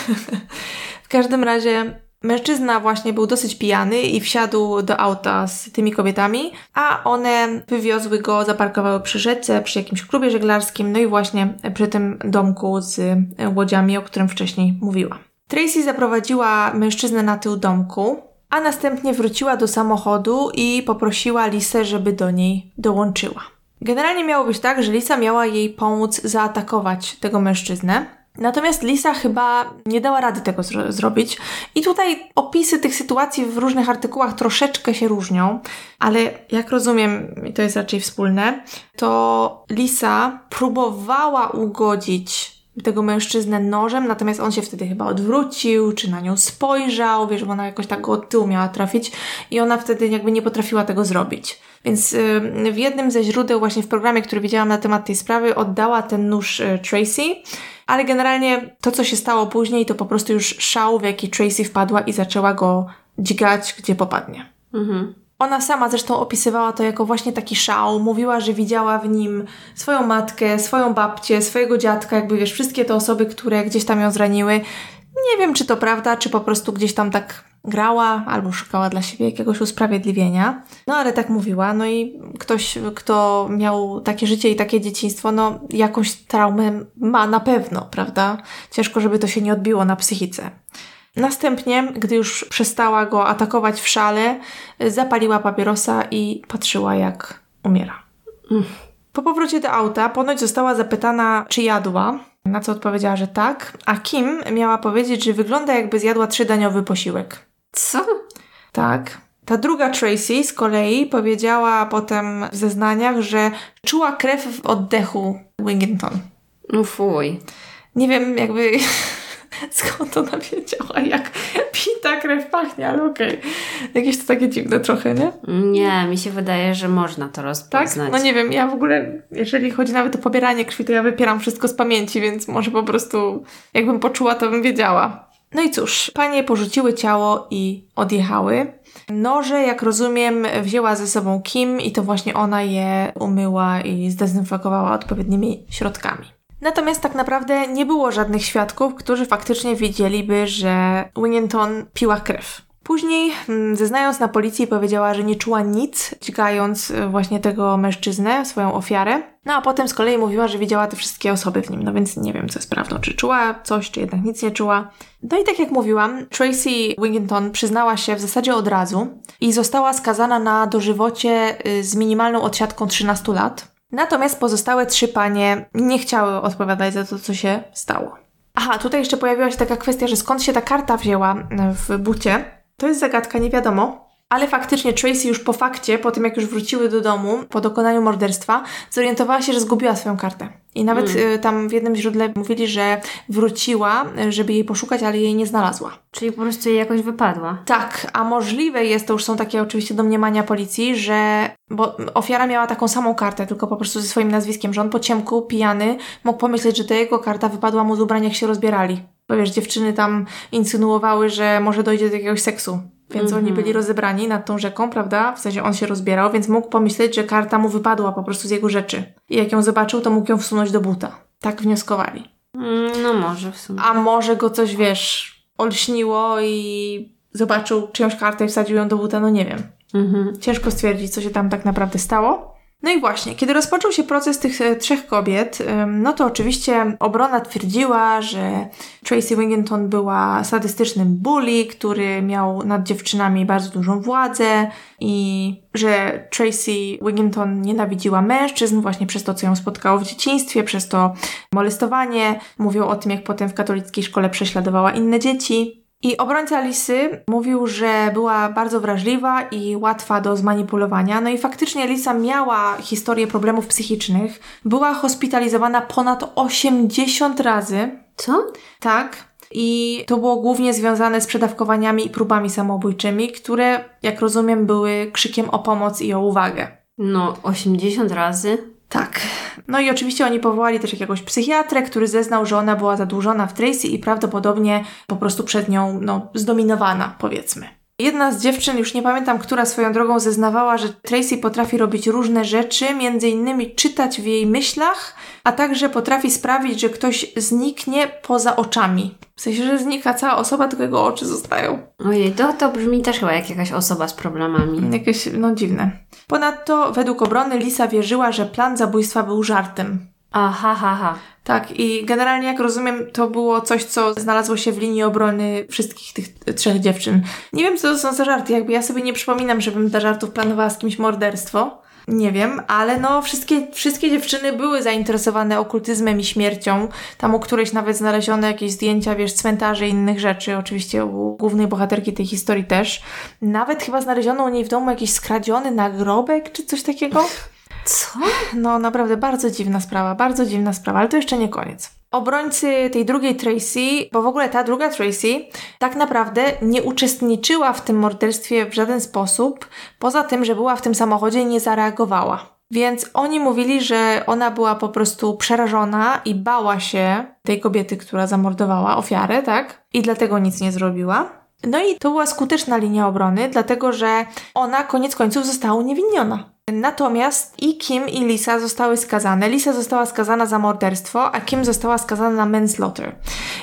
W każdym razie mężczyzna właśnie był dosyć pijany i wsiadł do auta z tymi kobietami, a one wywiozły go, zaparkowały przy rzece, przy jakimś klubie żeglarskim, no i właśnie przy tym domku z łodziami, o którym wcześniej mówiłam. Tracy zaprowadziła mężczyznę na tył domku, a następnie wróciła do samochodu i poprosiła Lisę, żeby do niej dołączyła. Generalnie miało być tak, że Lisa miała jej pomóc zaatakować tego mężczyznę, natomiast Lisa chyba nie dała rady tego zro- zrobić i tutaj opisy tych sytuacji w różnych artykułach troszeczkę się różnią, ale jak rozumiem, i to jest raczej wspólne, to Lisa próbowała ugodzić tego mężczyznę nożem, natomiast on się wtedy chyba odwrócił, czy na nią spojrzał, wiesz, bo ona jakoś tak go od tyłu miała trafić i ona wtedy jakby nie potrafiła tego zrobić. Więc yy, w jednym ze źródeł właśnie w programie, który widziałam na temat tej sprawy, oddała ten nóż yy, Tracy, ale generalnie to, co się stało później, to po prostu już szał, w jaki Tracy wpadła i zaczęła go dźgać, gdzie popadnie. Mhm. Ona sama zresztą opisywała to jako właśnie taki szał. Mówiła, że widziała w nim swoją matkę, swoją babcię, swojego dziadka, jakby wiesz, wszystkie te osoby, które gdzieś tam ją zraniły. Nie wiem, czy to prawda, czy po prostu gdzieś tam tak grała albo szukała dla siebie jakiegoś usprawiedliwienia. No ale tak mówiła. No i ktoś, kto miał takie życie i takie dzieciństwo, no jakąś traumę ma na pewno, prawda? Ciężko, żeby to się nie odbiło na psychice. Następnie, gdy już przestała go atakować w szale, zapaliła papierosa i patrzyła, jak umiera. Mm. Po powrocie do auta ponoć została zapytana, czy jadła, na co odpowiedziała, że tak, a Kim miała powiedzieć, że wygląda, jakby zjadła trzydaniowy posiłek. Co? Tak. Ta druga Tracy z kolei powiedziała potem w zeznaniach, że czuła krew w oddechu Wigginton. No fuj. Nie wiem, jakby... skąd ona wiedziała, jak pita krew pachnie, ale okej. Okay. Jakieś to takie dziwne trochę, nie? Nie, mi się wydaje, że można to rozpoznać. Tak? No nie wiem, ja w ogóle, jeżeli chodzi nawet o pobieranie krwi, to ja wypieram wszystko z pamięci, więc może po prostu jakbym poczuła, to bym wiedziała. No i cóż, panie porzuciły ciało i odjechały. Noże, jak rozumiem, wzięła ze sobą Kim i to właśnie ona je umyła i zdezynfekowała odpowiednimi środkami. Natomiast tak naprawdę nie było żadnych świadków, którzy faktycznie wiedzieliby, że Wigginton piła krew. Później, zeznając na policji, powiedziała, że nie czuła nic, dźgając właśnie tego mężczyznę, swoją ofiarę. No a potem z kolei mówiła, że widziała te wszystkie osoby w nim. No więc nie wiem, co jest prawdą. Czy czuła coś, czy jednak nic nie czuła. No i tak jak mówiłam, Tracy Wigginton przyznała się w zasadzie od razu i została skazana na dożywocie z minimalną odsiadką trzynastu lat. Natomiast pozostałe trzy panie nie chciały odpowiadać za to, co się stało. Aha, tutaj jeszcze pojawiła się taka kwestia, że skąd się ta karta wzięła w bucie. To jest zagadka, nie wiadomo. Ale faktycznie Tracy już po fakcie, po tym jak już wróciły do domu, po dokonaniu morderstwa, zorientowała się, że zgubiła swoją kartę. I nawet mm. y, tam w jednym źródle mówili, że wróciła, żeby jej poszukać, ale jej nie znalazła. Czyli po prostu jej jakoś wypadła. Tak, a możliwe jest, to już są takie oczywiście domniemania policji, że bo ofiara miała taką samą kartę, tylko po prostu ze swoim nazwiskiem, że on po ciemku, pijany, mógł pomyśleć, że to jego karta wypadła mu z ubrań, jak się rozbierali. Bo wiesz, dziewczyny tam insynuowały, że może dojdzie do jakiegoś seksu. Więc mm-hmm. oni byli rozebrani nad tą rzeką, prawda? W sensie on się rozbierał, więc mógł pomyśleć, że karta mu wypadła po prostu z jego rzeczy. I jak ją zobaczył, to mógł ją wsunąć do buta. Tak wnioskowali. Mm, no może w sumie. A może go coś, wiesz, olśniło i zobaczył czyjąś kartę i wsadził ją do buta, no nie wiem. Mm-hmm. Ciężko stwierdzić, co się tam tak naprawdę stało. No i właśnie, kiedy rozpoczął się proces tych e, trzech kobiet, e, no to oczywiście obrona twierdziła, że Tracy Wigginton była sadystycznym bully, który miał nad dziewczynami bardzo dużą władzę i że Tracy Wigginton nienawidziła mężczyzn właśnie przez to, co ją spotkało w dzieciństwie, przez to molestowanie. Mówią o tym, jak potem w katolickiej szkole prześladowała inne dzieci. I obrońca Lisy mówił, że była bardzo wrażliwa i łatwa do zmanipulowania. No i faktycznie Lisa miała historię problemów psychicznych. Była hospitalizowana ponad osiemdziesiąt razy. Co? Tak. I to było głównie związane z przedawkowaniami i próbami samobójczymi, które, jak rozumiem, były krzykiem o pomoc i o uwagę. No, osiemdziesiąt razy? Tak. No i oczywiście oni powołali też jakiegoś psychiatrę, który zeznał, że ona była zadłużona w Tracy i prawdopodobnie po prostu przed nią, no, zdominowana, powiedzmy. Jedna z dziewczyn, już nie pamiętam, która swoją drogą zeznawała, że Tracy potrafi robić różne rzeczy, między innymi czytać w jej myślach, a także potrafi sprawić, że ktoś zniknie poza oczami. W sensie, że znika cała osoba, tylko jego oczy zostają. Ojej, to, to brzmi też chyba jak jakaś osoba z problemami. Jakieś, no dziwne. Ponadto, według obrony, Lisa wierzyła, że plan zabójstwa był żartem. Aha, ha, ha. Tak, i generalnie, jak rozumiem, to było coś, co znalazło się w linii obrony wszystkich tych trzech dziewczyn. Nie wiem, co to są za żarty, jakby ja sobie nie przypominam, żebym dla żartów planowała z kimś morderstwo. Nie wiem, ale no wszystkie, wszystkie dziewczyny były zainteresowane okultyzmem i śmiercią. Tam u którejś nawet znaleziono jakieś zdjęcia, wiesz, cmentarzy i innych rzeczy. Oczywiście u głównej bohaterki tej historii też. Nawet chyba znaleziono u niej w domu jakiś skradziony nagrobek czy coś takiego. Co? No naprawdę bardzo dziwna sprawa, bardzo dziwna sprawa, ale to jeszcze nie koniec. Obrońcy tej drugiej Tracy, bo w ogóle ta druga Tracy tak naprawdę nie uczestniczyła w tym morderstwie w żaden sposób, poza tym, że była w tym samochodzie i nie zareagowała. Więc oni mówili, że ona była po prostu przerażona i bała się tej kobiety, która zamordowała ofiarę, tak? I dlatego nic nie zrobiła. No i to była skuteczna linia obrony, dlatego że ona koniec końców została uniewinniona. Natomiast i Kim, i Lisa zostały skazane. Lisa została skazana za morderstwo, a Kim została skazana na manslaughter.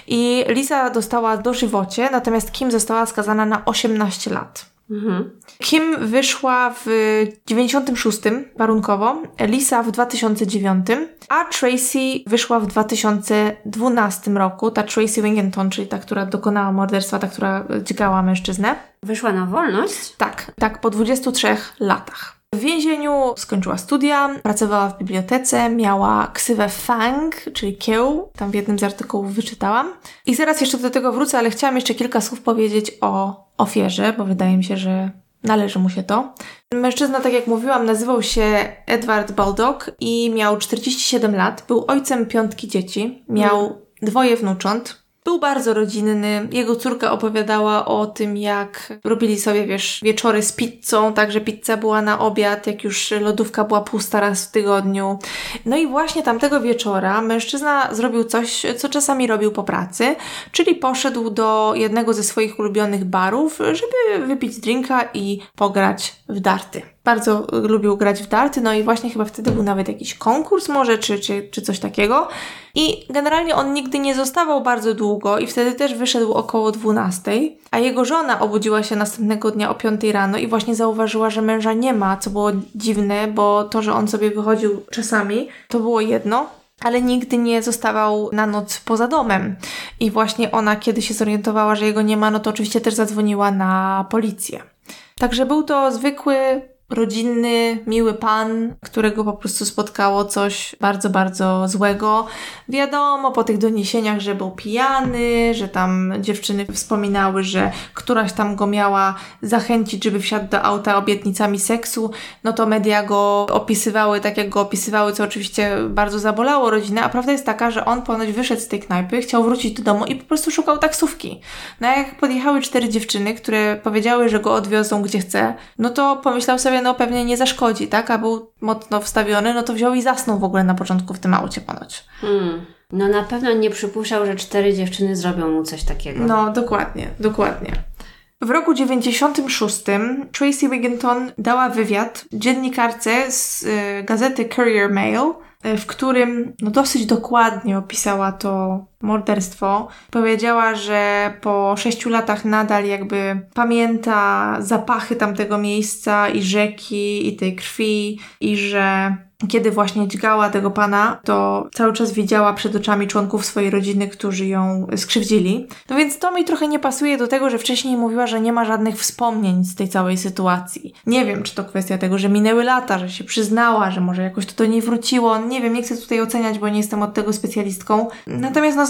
I Lisa dostała dożywocie, natomiast Kim została skazana na osiemnaście lat. Mhm. Kim wyszła w dziewięćdziesiątym szóstym warunkowo, Lisa w dwa tysiące dziewiątym, a Tracy wyszła w dwa tysiące dwunastym roku. Ta Tracy Wigginton, czyli ta, która dokonała morderstwa, ta, która dźgała mężczyznę. Wyszła na wolność? Tak, tak, po dwudziestu trzech latach. W więzieniu skończyła studia, pracowała w bibliotece, miała ksywę Fang, czyli kieł, tam w jednym z artykułów wyczytałam. I zaraz jeszcze do tego wrócę, ale chciałam jeszcze kilka słów powiedzieć o ofierze, bo wydaje mi się, że należy mu się to. Mężczyzna, tak jak mówiłam, nazywał się Edward Baldock i miał czterdzieści siedem lat, był ojcem piątki dzieci, miał hmm. dwoje wnucząt. Był bardzo rodzinny. Jego córka opowiadała o tym, jak robili sobie, wiesz, wieczory z pizzą, także pizza była na obiad, jak już lodówka była pusta raz w tygodniu. No i właśnie tamtego wieczora mężczyzna zrobił coś, co czasami robił po pracy, czyli poszedł do jednego ze swoich ulubionych barów, żeby wypić drinka i pograć w darty. Bardzo lubił grać w darty, no i właśnie chyba wtedy był nawet jakiś konkurs może, czy, czy, czy coś takiego. I generalnie on nigdy nie zostawał bardzo długo i wtedy też wyszedł około dwunastej, a jego żona obudziła się następnego dnia o piątej rano i właśnie zauważyła, że męża nie ma, co było dziwne, bo to, że on sobie wychodził czasami, to było jedno, ale nigdy nie zostawał na noc poza domem. I właśnie ona, kiedy się zorientowała, że jego nie ma, no to oczywiście też zadzwoniła na policję. Także był to zwykły, rodzinny, miły pan, którego po prostu spotkało coś bardzo, bardzo złego. Wiadomo po tych doniesieniach, że był pijany, że tam dziewczyny wspominały, że któraś tam go miała zachęcić, żeby wsiadł do auta obietnicami seksu, no to media go opisywały tak, jak go opisywały, co oczywiście bardzo zabolało rodzinę, a prawda jest taka, że on ponoć wyszedł z tej knajpy, chciał wrócić do domu i po prostu szukał taksówki. No a jak podjechały cztery dziewczyny, które powiedziały, że go odwiozą gdzie chce, no to pomyślał sobie, no pewnie nie zaszkodzi, tak? A był mocno wstawiony, no to wziął i zasnął w ogóle na początku w tym aucie ponoć. Hmm. No na pewno nie przypuszczał, że cztery dziewczyny zrobią mu coś takiego. No, dokładnie, dokładnie. W roku dziewięćdziesiątym szóstym Tracy Wigginton dała wywiad dziennikarce z y, gazety Courier Mail, y, w którym no, dosyć dokładnie opisała to morderstwo. Powiedziała, że po sześciu latach nadal jakby pamięta zapachy tamtego miejsca i rzeki i tej krwi i że kiedy właśnie dźgała tego pana, to cały czas widziała przed oczami członków swojej rodziny, którzy ją skrzywdzili. No więc to mi trochę nie pasuje do tego, że wcześniej mówiła, że nie ma żadnych wspomnień z tej całej sytuacji. Nie wiem, czy to kwestia tego, że minęły lata, że się przyznała, że może jakoś to do niej wróciło. Nie wiem, nie chcę tutaj oceniać, bo nie jestem od tego specjalistką. Natomiast no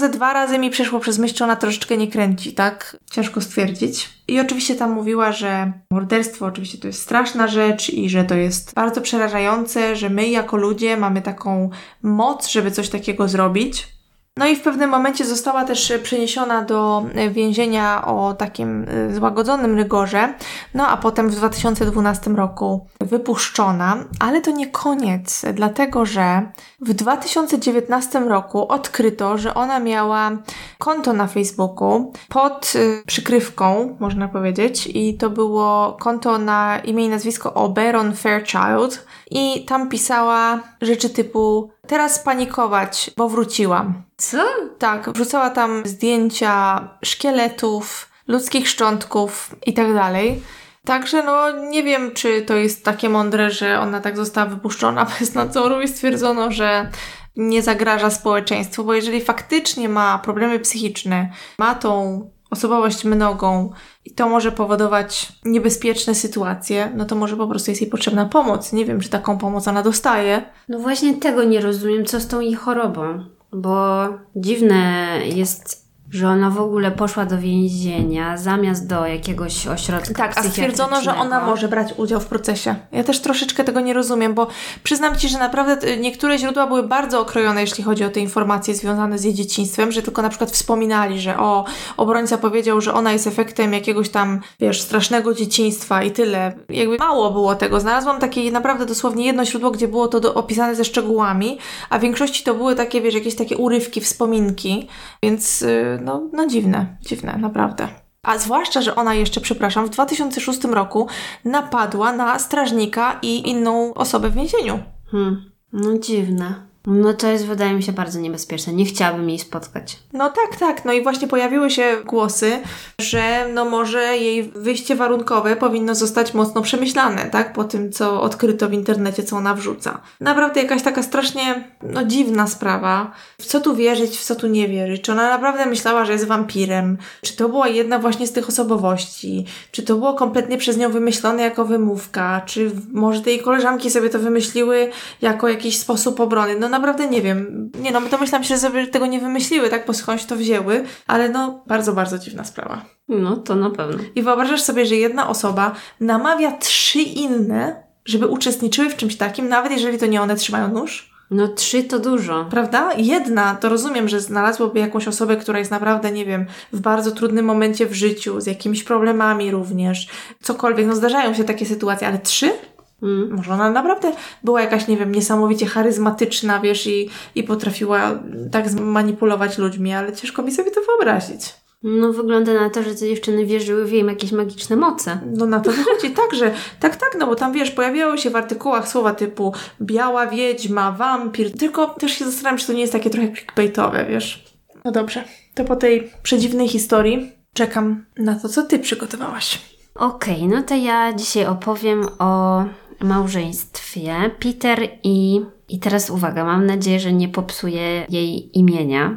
ze dwa razy mi przeszło przez myśl, czy ona troszeczkę nie kręci, tak? Ciężko stwierdzić. I oczywiście tam mówiła, że morderstwo oczywiście to jest straszna rzecz i że to jest bardzo przerażające, że my jako ludzie mamy taką moc, żeby coś takiego zrobić. No i w pewnym momencie została też przeniesiona do więzienia o takim złagodzonym rygorze, no a potem w dwa tysiące dwunastym roku wypuszczona, ale to nie koniec, dlatego że w dwa tysiące dziewiętnastym roku odkryto, że ona miała konto na Facebooku pod przykrywką, można powiedzieć, i to było konto na imię i nazwisko Oberon Fairchild i tam pisała rzeczy typu teraz panikować, bo wróciłam. Co? Tak, wrzucała tam zdjęcia szkieletów, ludzkich szczątków i tak dalej. Także no nie wiem, czy to jest takie mądre, że ona tak została wypuszczona bez nadzoru i stwierdzono, że nie zagraża społeczeństwu, bo jeżeli faktycznie ma problemy psychiczne, ma tą osobowość mnogą i to może powodować niebezpieczne sytuacje, no to może po prostu jest jej potrzebna pomoc. Nie wiem, czy taką pomoc ona dostaje. No właśnie tego nie rozumiem, co z tą jej chorobą, bo dziwne jest, że ona w ogóle poszła do więzienia zamiast do jakiegoś ośrodka Tak, a stwierdzono, że ona może brać udział w procesie. Ja też troszeczkę tego nie rozumiem, bo przyznam Ci, że naprawdę niektóre źródła były bardzo okrojone, jeśli chodzi o te informacje związane z jej dzieciństwem, że tylko na przykład wspominali, że o, obrońca powiedział, że ona jest efektem jakiegoś tam, wiesz, strasznego dzieciństwa i tyle. Jakby mało było tego. Znalazłam takie naprawdę dosłownie jedno źródło, gdzie było to do, opisane ze szczegółami, a w większości to były takie, wiesz, jakieś takie urywki, wspominki, więc... Yy, No, no dziwne, dziwne, naprawdę. A zwłaszcza, że ona jeszcze, przepraszam, w dwa tysiące szóstym roku napadła na strażnika i inną osobę w więzieniu. Hmm, no dziwne. No to jest, wydaje mi się, bardzo niebezpieczne. Nie chciałabym jej spotkać. No tak, tak. No i właśnie pojawiły się głosy, że no może jej wyjście warunkowe powinno zostać mocno przemyślane, tak? Po tym, co odkryto w internecie, co ona wrzuca. Naprawdę jakaś taka strasznie, no dziwna sprawa. W co tu wierzyć, w co tu nie wierzyć? Czy ona naprawdę myślała, że jest wampirem? Czy to była jedna właśnie z tych osobowości? Czy to było kompletnie przez nią wymyślone jako wymówka? Czy może te jej koleżanki sobie to wymyśliły jako jakiś sposób obrony? No naprawdę nie wiem. Nie no, my domyślam się, że sobie tego nie wymyśliły, tak? Bo skądś to wzięły. Ale no, bardzo, bardzo dziwna sprawa. No, to na pewno. I wyobrażasz sobie, że jedna osoba namawia trzy inne, żeby uczestniczyły w czymś takim, nawet jeżeli to nie one trzymają nóż? No trzy to dużo. Prawda? Jedna, to rozumiem, że znalazłoby jakąś osobę, która jest naprawdę, nie wiem, w bardzo trudnym momencie w życiu, z jakimiś problemami również, cokolwiek. No zdarzają się takie sytuacje, ale trzy? Mm. Może ona naprawdę była jakaś, nie wiem, niesamowicie charyzmatyczna, wiesz, i, i potrafiła tak zmanipulować ludźmi, ale ciężko mi sobie to wyobrazić. No wygląda na to, że te dziewczyny wierzyły w jej jakieś magiczne moce. No na to wychodzi tak, że tak, tak, no bo tam wiesz, pojawiały się w artykułach słowa typu biała wiedźma, wampir, tylko też się zastanawiam, czy to nie jest takie trochę clickbaitowe, wiesz. No dobrze, to po tej przedziwnej historii czekam na to, co ty przygotowałaś. Okej, okay, no to ja dzisiaj opowiem o małżeństwie Peter i... I teraz uwaga, mam nadzieję, że nie popsuję jej imienia.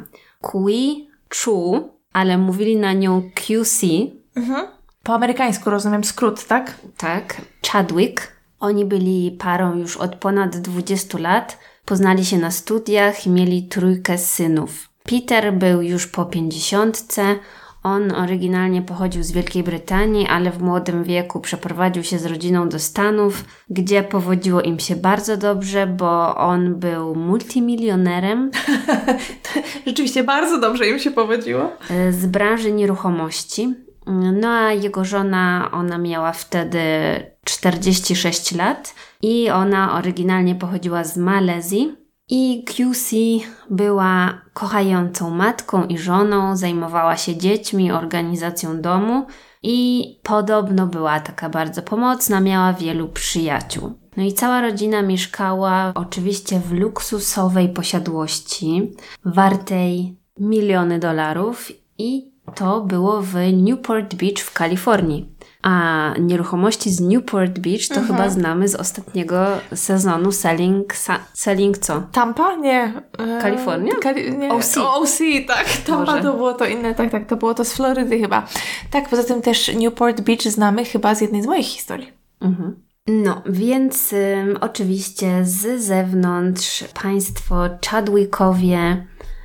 Kui Chu, ale mówili na nią Q C. Mhm. Po amerykańsku rozumiem skrót, tak? Tak. Chadwick. Oni byli parą już od ponad dwudziestu lat. Poznali się na studiach i mieli trójkę synów. Peter był już po pięćdziesiątce. On oryginalnie pochodził z Wielkiej Brytanii, ale w młodym wieku przeprowadził się z rodziną do Stanów, gdzie powodziło im się bardzo dobrze, bo on był multimilionerem. Rzeczywiście bardzo dobrze im się powodziło. Z branży nieruchomości. No a jego żona, ona miała wtedy czterdzieści sześć lat i ona oryginalnie pochodziła z Malezji. I Q C była kochającą matką i żoną, zajmowała się dziećmi, organizacją domu i podobno była taka bardzo pomocna, miała wielu przyjaciół. No i cała rodzina mieszkała oczywiście w luksusowej posiadłości wartej miliony dolarów i to było w Newport Beach w Kalifornii. A nieruchomości z Newport Beach to mhm. chyba znamy z ostatniego sezonu Selling... Sa, selling co? Tampa? Nie. E, Kalifornia? Kali- nie. O C. O C, tak. Tampa Może. To było to inne, tak, tak. To było to z Florydy chyba. Tak, poza tym też Newport Beach znamy chyba z jednej z moich historii. Mhm. No, więc ym, oczywiście z zewnątrz państwo Chadwickowie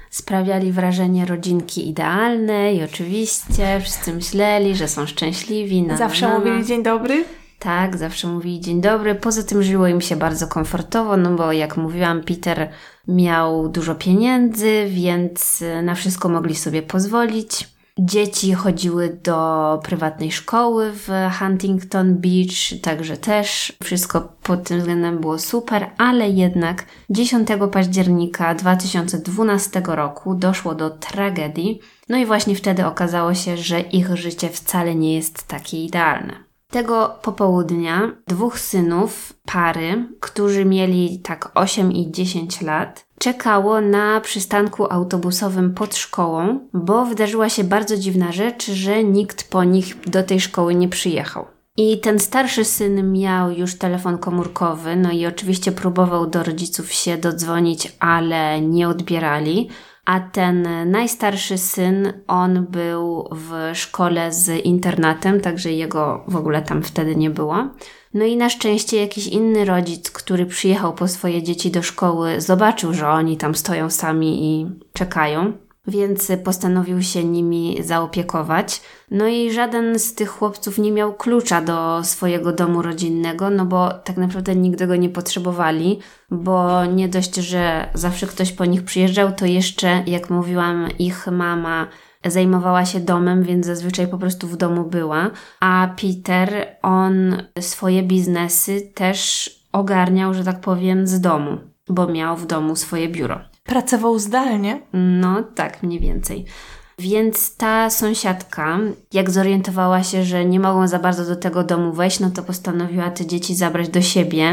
sprawiali wrażenie rodzinki idealnej, oczywiście. Wszyscy myśleli, że są szczęśliwi. Na, zawsze na, na. mówili dzień dobry? Tak, zawsze mówili dzień dobry. Poza tym żyło im się bardzo komfortowo, no bo jak mówiłam, Peter miał dużo pieniędzy, więc na wszystko mogli sobie pozwolić. Dzieci chodziły do prywatnej szkoły w Huntington Beach, także też wszystko pod tym względem było super, ale jednak dziesiątego października dwa tysiące dwunastego roku doszło do tragedii, no i właśnie wtedy okazało się, że ich życie wcale nie jest takie idealne. Tego popołudnia dwóch synów pary, którzy mieli tak osiem i dziesięć lat, czekało na przystanku autobusowym pod szkołą, bo wydarzyła się bardzo dziwna rzecz, że nikt po nich do tej szkoły nie przyjechał. I ten starszy syn miał już telefon komórkowy, no i oczywiście próbował do rodziców się dodzwonić, ale nie odbierali. A ten najstarszy syn, on był w szkole z internatem, także jego w ogóle tam wtedy nie było. No i na szczęście jakiś inny rodzic, który przyjechał po swoje dzieci do szkoły, zobaczył, że oni tam stoją sami i czekają, więc postanowił się nimi zaopiekować. No i żaden z tych chłopców nie miał klucza do swojego domu rodzinnego, no bo tak naprawdę nigdy go nie potrzebowali, bo nie dość, że zawsze ktoś po nich przyjeżdżał, to jeszcze, jak mówiłam, ich mama zajmowała się domem, więc zazwyczaj po prostu w domu była, a Peter, on swoje biznesy też ogarniał, że tak powiem, z domu, bo miał w domu swoje biuro. Pracował zdalnie? No tak, mniej więcej. Więc ta sąsiadka, jak zorientowała się, że nie mogą za bardzo do tego domu wejść, no to postanowiła te dzieci zabrać do siebie,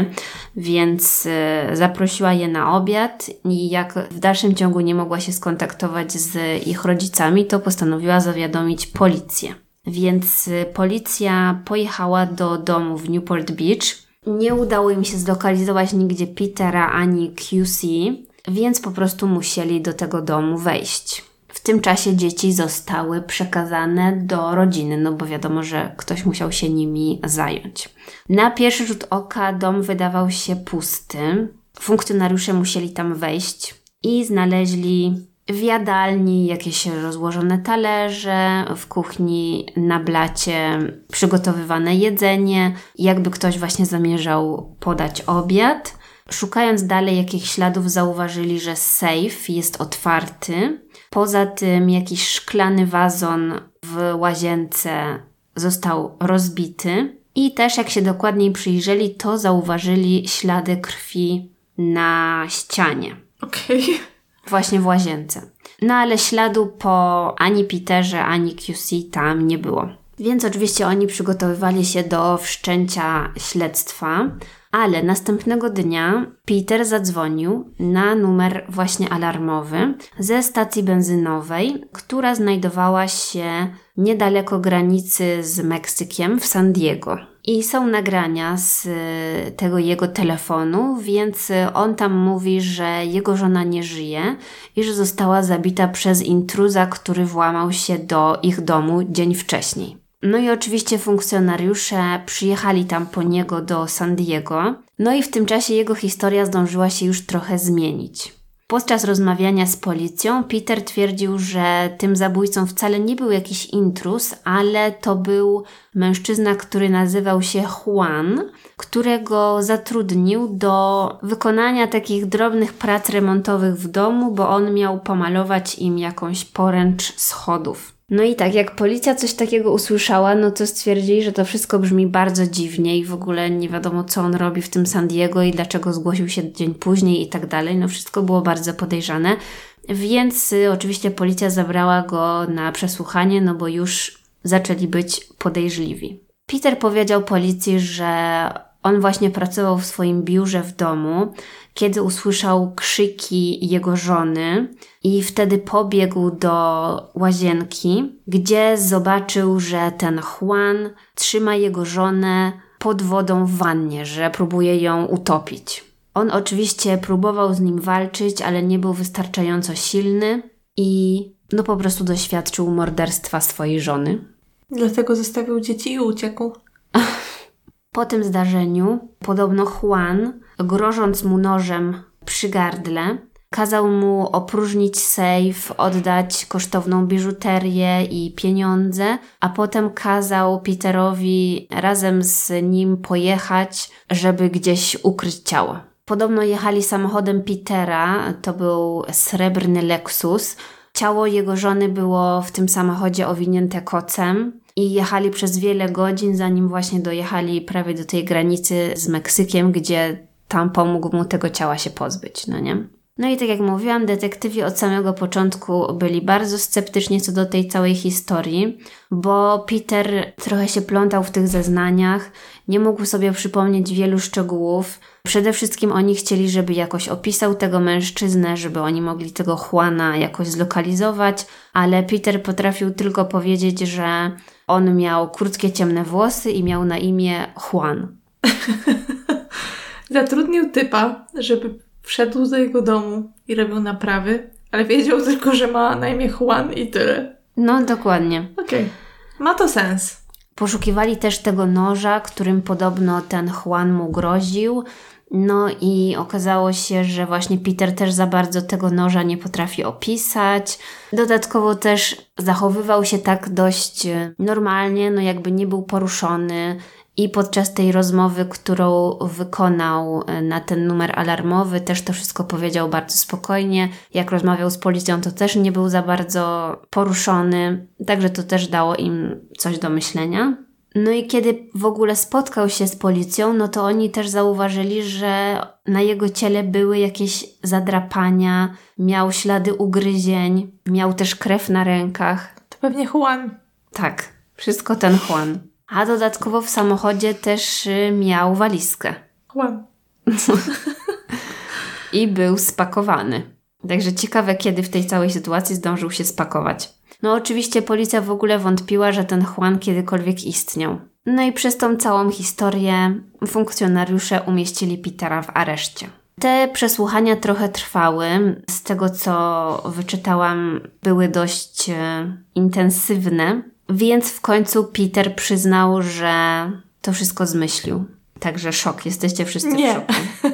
więc y, zaprosiła je na obiad i jak w dalszym ciągu nie mogła się skontaktować z ich rodzicami, to postanowiła zawiadomić policję. Więc y, policja pojechała do domu w Newport Beach. Nie udało im się zlokalizować nigdzie Petera ani Q C, więc po prostu musieli do tego domu wejść. W tym czasie dzieci zostały przekazane do rodziny, no bo wiadomo, że ktoś musiał się nimi zająć. Na pierwszy rzut oka dom wydawał się pusty. Funkcjonariusze musieli tam wejść i znaleźli w jadalni jakieś rozłożone talerze, w kuchni na blacie przygotowywane jedzenie, jakby ktoś właśnie zamierzał podać obiad. Szukając dalej jakichś śladów, zauważyli, że sejf jest otwarty. Poza tym jakiś szklany wazon w łazience został rozbity. I też jak się dokładniej przyjrzeli, to zauważyli ślady krwi na ścianie. Okej. Okay. Właśnie w łazience. No ale śladu po ani Peterze, ani Q C tam nie było. Więc oczywiście oni przygotowywali się do wszczęcia śledztwa, ale następnego dnia Peter zadzwonił na numer właśnie alarmowy ze stacji benzynowej, która znajdowała się niedaleko granicy z Meksykiem w San Diego. I są nagrania z tego jego telefonu, więc on tam mówi, że jego żona nie żyje i że została zabita przez intruza, który włamał się do ich domu dzień wcześniej. No i oczywiście funkcjonariusze przyjechali tam po niego do San Diego, no i w tym czasie jego historia zdążyła się już trochę zmienić. Podczas rozmawiania z policją Peter twierdził, że tym zabójcą wcale nie był jakiś intruz, ale to był mężczyzna, który nazywał się Juan, którego zatrudnił do wykonania takich drobnych prac remontowych w domu, bo on miał pomalować im jakąś poręcz schodów. No i tak, jak policja coś takiego usłyszała, no to stwierdzili, że to wszystko brzmi bardzo dziwnie i w ogóle nie wiadomo, co on robi w tym San Diego i dlaczego zgłosił się dzień później i tak dalej. No wszystko było bardzo podejrzane, więc y, oczywiście policja zabrała go na przesłuchanie, no bo już zaczęli być podejrzliwi. Peter powiedział policji, że on właśnie pracował w swoim biurze w domu, kiedy usłyszał krzyki jego żony i wtedy pobiegł do łazienki, gdzie zobaczył, że ten Juan trzyma jego żonę pod wodą w wannie, że próbuje ją utopić. On oczywiście próbował z nim walczyć, ale nie był wystarczająco silny i no po prostu doświadczył morderstwa swojej żony. Dlatego zostawił dzieci i uciekł. Po tym zdarzeniu podobno Juan, grożąc mu nożem przy gardle, Kazał mu opróżnić sejf, oddać kosztowną biżuterię i pieniądze, a potem kazał Peterowi razem z nim pojechać, żeby gdzieś ukryć ciało. Podobno jechali samochodem Petera, to był srebrny Lexus. Ciało jego żony było w tym samochodzie owinięte kocem i jechali przez wiele godzin, zanim właśnie dojechali prawie do tej granicy z Meksykiem, gdzie tam pomógł mu tego ciała się pozbyć, no nie? No i tak jak mówiłam, detektywi od samego początku byli bardzo sceptyczni co do tej całej historii, bo Peter trochę się plątał w tych zeznaniach, nie mógł sobie przypomnieć wielu szczegółów. Przede wszystkim oni chcieli, żeby jakoś opisał tego mężczyznę, żeby oni mogli tego Juana jakoś zlokalizować, ale Peter potrafił tylko powiedzieć, że on miał krótkie, ciemne włosy i miał na imię Juan. Zatrudnił typa, żeby wszedł do jego domu i robił naprawy, ale wiedział tylko, że ma na imię Juan i tyle. No, dokładnie. Okej. Okay. Ma to sens. Poszukiwali też tego noża, którym podobno ten Juan mu groził. No i okazało się, że właśnie Peter też za bardzo tego noża nie potrafi opisać. Dodatkowo też zachowywał się tak dość normalnie, no jakby nie był poruszony. I podczas tej rozmowy, którą wykonał na ten numer alarmowy, też to wszystko powiedział bardzo spokojnie. Jak rozmawiał z policją, to też nie był za bardzo poruszony, także to też dało im coś do myślenia. No i kiedy w ogóle spotkał się z policją, no to oni też zauważyli, że na jego ciele były jakieś zadrapania, miał ślady ugryzień, miał też krew na rękach. To pewnie Juan. Tak, wszystko ten Juan. A dodatkowo w samochodzie też miał walizkę. Juan. I był spakowany. Także ciekawe, kiedy w tej całej sytuacji zdążył się spakować. No oczywiście policja w ogóle wątpiła, że ten Juan kiedykolwiek istniał. No i przez tą całą historię funkcjonariusze umieścili Petera w areszcie. Te przesłuchania trochę trwały. Z tego, co wyczytałam, były dość e, intensywne. Więc w końcu Peter przyznał, że to wszystko zmyślił. Także szok. Jesteście wszyscy Nie. w szoku.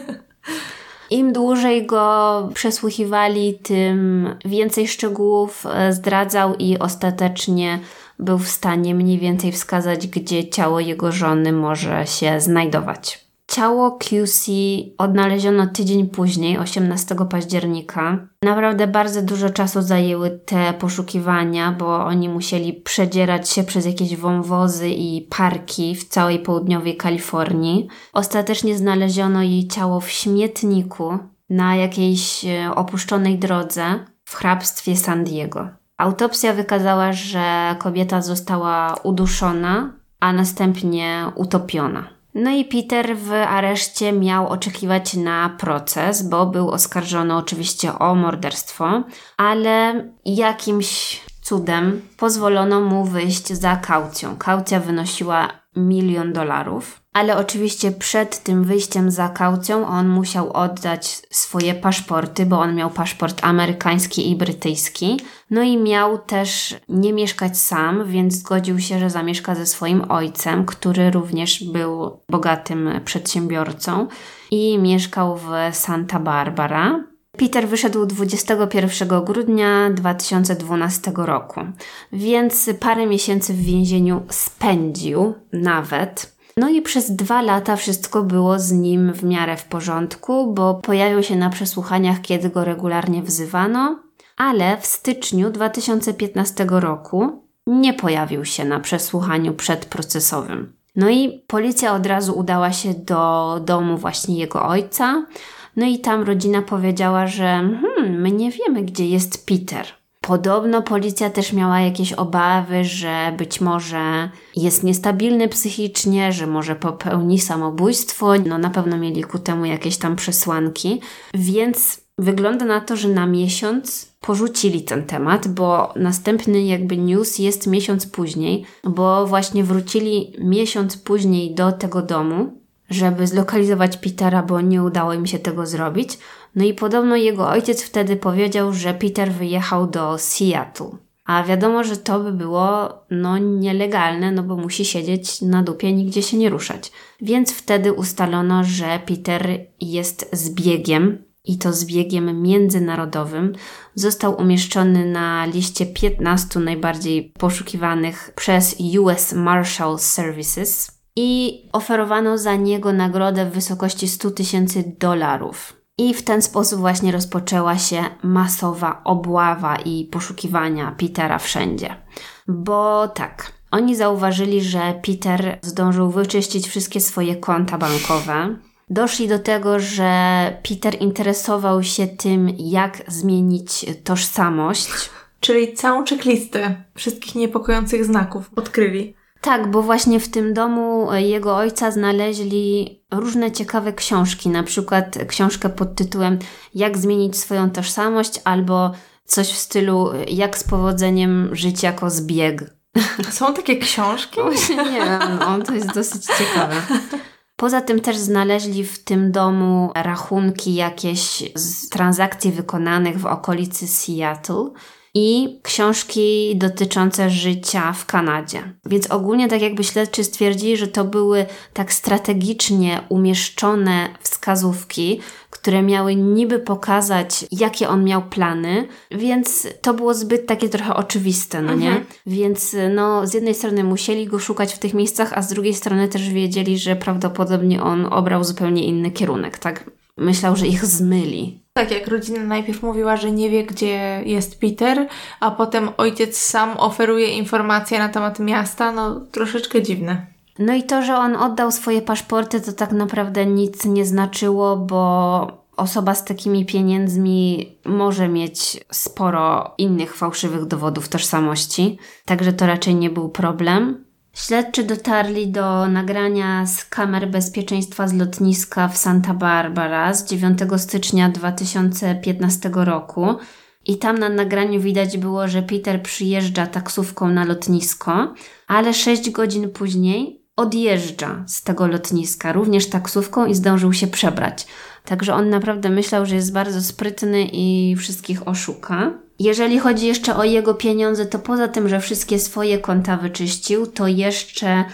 Im dłużej go przesłuchiwali, tym więcej szczegółów zdradzał i ostatecznie był w stanie mniej więcej wskazać, gdzie ciało jego żony może się znajdować. Ciało Q C odnaleziono tydzień później, osiemnastego października. Naprawdę bardzo dużo czasu zajęły te poszukiwania, bo oni musieli przedzierać się przez jakieś wąwozy i parki w całej południowej Kalifornii. Ostatecznie znaleziono jej ciało w śmietniku na jakiejś opuszczonej drodze w hrabstwie San Diego. Autopsja wykazała, że kobieta została uduszona, a następnie utopiona. No i Peter w areszcie miał oczekiwać na proces, bo był oskarżony oczywiście o morderstwo, ale jakimś cudem pozwolono mu wyjść za kaucją. Kaucja wynosiła milion dolarów, ale oczywiście przed tym wyjściem za kaucją on musiał oddać swoje paszporty, bo on miał paszport amerykański i brytyjski. No i miał też nie mieszkać sam, więc zgodził się, że zamieszka ze swoim ojcem, który również był bogatym przedsiębiorcą i mieszkał w Santa Barbara. Peter wyszedł dwudziestego pierwszego grudnia dwa tysiące dwunastego roku, więc parę miesięcy w więzieniu spędził nawet. No i przez dwa lata wszystko było z nim w miarę w porządku, bo pojawił się na przesłuchaniach, kiedy go regularnie wzywano, ale w styczniu dwa tysiące piętnastego roku nie pojawił się na przesłuchaniu przedprocesowym. No i policja od razu udała się do domu właśnie jego ojca. No i tam rodzina powiedziała, że hmm, my nie wiemy, gdzie jest Peter. Podobno policja też miała jakieś obawy, że być może jest niestabilny psychicznie, że może popełni samobójstwo. No na pewno mieli ku temu jakieś tam przesłanki. Więc wygląda na to, że na miesiąc porzucili ten temat, bo następny jakby news jest miesiąc później, bo właśnie wrócili miesiąc później do tego domu, żeby zlokalizować Petera, bo nie udało im się tego zrobić. No i podobno jego ojciec wtedy powiedział, że Peter wyjechał do Seattle. A wiadomo, że to by było no nielegalne, no bo musi siedzieć na dupie, nigdzie się nie ruszać. Więc wtedy ustalono, że Peter jest zbiegiem i to zbiegiem międzynarodowym, został umieszczony na liście piętnastu najbardziej poszukiwanych przez U S Marshal Services i oferowano za niego nagrodę w wysokości sto tysięcy dolarów. I w ten sposób właśnie rozpoczęła się masowa obława i poszukiwania Petera wszędzie. Bo tak, oni zauważyli, że Peter zdążył wyczyścić wszystkie swoje konta bankowe. Doszli do tego, że Peter interesował się tym, jak zmienić tożsamość. Czyli całą checklistę wszystkich niepokojących znaków odkryli. Tak, bo właśnie w tym domu jego ojca znaleźli różne ciekawe książki, na przykład książkę pod tytułem Jak zmienić swoją tożsamość albo coś w stylu Jak z powodzeniem żyć jako zbieg. Są takie książki? Właśnie nie wiem, on to jest dosyć ciekawe. Poza tym też znaleźli w tym domu rachunki jakieś z transakcji wykonanych w okolicy Seattle i książki dotyczące życia w Kanadzie. Więc ogólnie tak jakby śledczy stwierdzili, że to były tak strategicznie umieszczone wskazówki, które miały niby pokazać, jakie on miał plany, więc to było zbyt takie trochę oczywiste, no nie? Mhm. Więc no z jednej strony musieli go szukać w tych miejscach, a z drugiej strony też wiedzieli, że prawdopodobnie on obrał zupełnie inny kierunek, tak? Myślał, że ich zmyli. Tak, jak rodzina najpierw mówiła, że nie wie, gdzie jest Peter, a potem ojciec sam oferuje informacje na temat miasta, no troszeczkę dziwne. No i to, że on oddał swoje paszporty, to tak naprawdę nic nie znaczyło, bo osoba z takimi pieniędzmi może mieć sporo innych fałszywych dowodów tożsamości, także to raczej nie był problem. Śledczy dotarli do nagrania z kamer bezpieczeństwa z lotniska w Santa Barbara z dziewiątego stycznia dwa tysiące piętnastego roku i tam na nagraniu widać było, że Peter przyjeżdża taksówką na lotnisko, ale sześć godzin później odjeżdża z tego lotniska, również taksówką i zdążył się przebrać. Także on naprawdę myślał, że jest bardzo sprytny i wszystkich oszuka. Jeżeli chodzi jeszcze o jego pieniądze, to poza tym, że wszystkie swoje konta wyczyścił, to jeszcze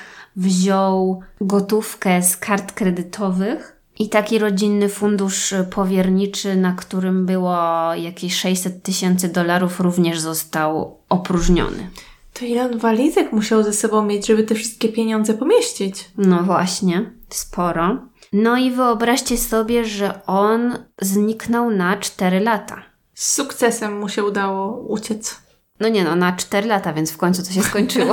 wziął gotówkę z kart kredytowych i taki rodzinny fundusz powierniczy, na którym było jakieś sześćset tysięcy dolarów, również został opróżniony. To ile on walizek musiał ze sobą mieć, żeby te wszystkie pieniądze pomieścić? No właśnie, sporo. No i wyobraźcie sobie, że on zniknął na cztery lata. Z sukcesem mu się udało uciec. No nie no, na cztery lata, więc w końcu to się skończyło.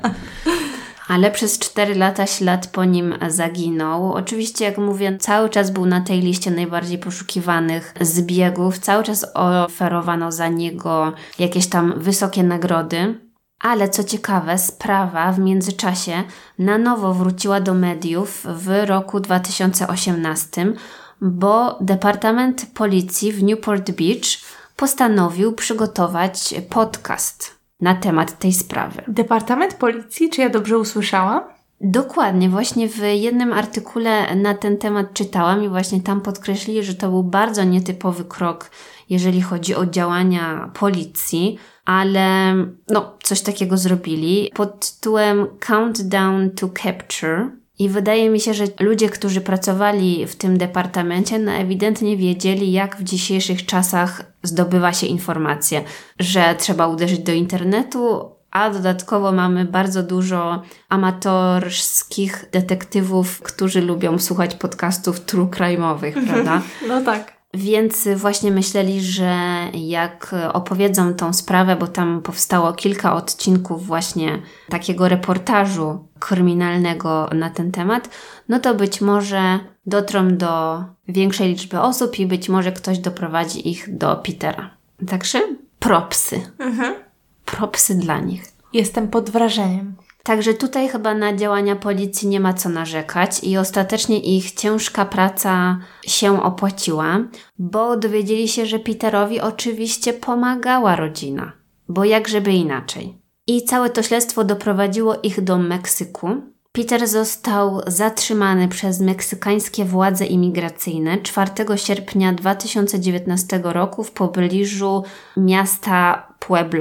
Ale przez cztery lata ślad po nim zaginął. Oczywiście, jak mówię, cały czas był na tej liście najbardziej poszukiwanych zbiegów. Cały czas oferowano za niego jakieś tam wysokie nagrody. Ale co ciekawe, sprawa w międzyczasie na nowo wróciła do mediów w roku dwa tysiące osiemnastym, bo Departament Policji w Newport Beach postanowił przygotować podcast na temat tej sprawy. Departament Policji? Czy ja dobrze usłyszałam? Dokładnie, właśnie w jednym artykule na ten temat czytałam i właśnie tam podkreślili, że to był bardzo nietypowy krok, jeżeli chodzi o działania policji, ale no coś takiego zrobili pod tytułem Countdown to Capture. I wydaje mi się, że ludzie, którzy pracowali w tym departamencie, no ewidentnie wiedzieli, jak w dzisiejszych czasach zdobywa się informacje, że trzeba uderzyć do internetu, a dodatkowo mamy bardzo dużo amatorskich detektywów, którzy lubią słuchać podcastów true crime'owych, prawda? No tak. Więc właśnie myśleli, że jak opowiedzą tą sprawę, bo tam powstało kilka odcinków właśnie takiego reportażu kryminalnego na ten temat, no to być może dotrą do większej liczby osób i być może ktoś doprowadzi ich do Petera. Także propsy. Mhm. Propsy dla nich. Jestem pod wrażeniem. Także tutaj chyba na działania policji nie ma co narzekać i ostatecznie ich ciężka praca się opłaciła, bo dowiedzieli się, że Peterowi oczywiście pomagała rodzina, bo jak żeby inaczej. I całe to śledztwo doprowadziło ich do Meksyku. Peter został zatrzymany przez meksykańskie władze imigracyjne czwartego sierpnia dwa tysiące dziewiętnastego roku w pobliżu miasta Pueblo.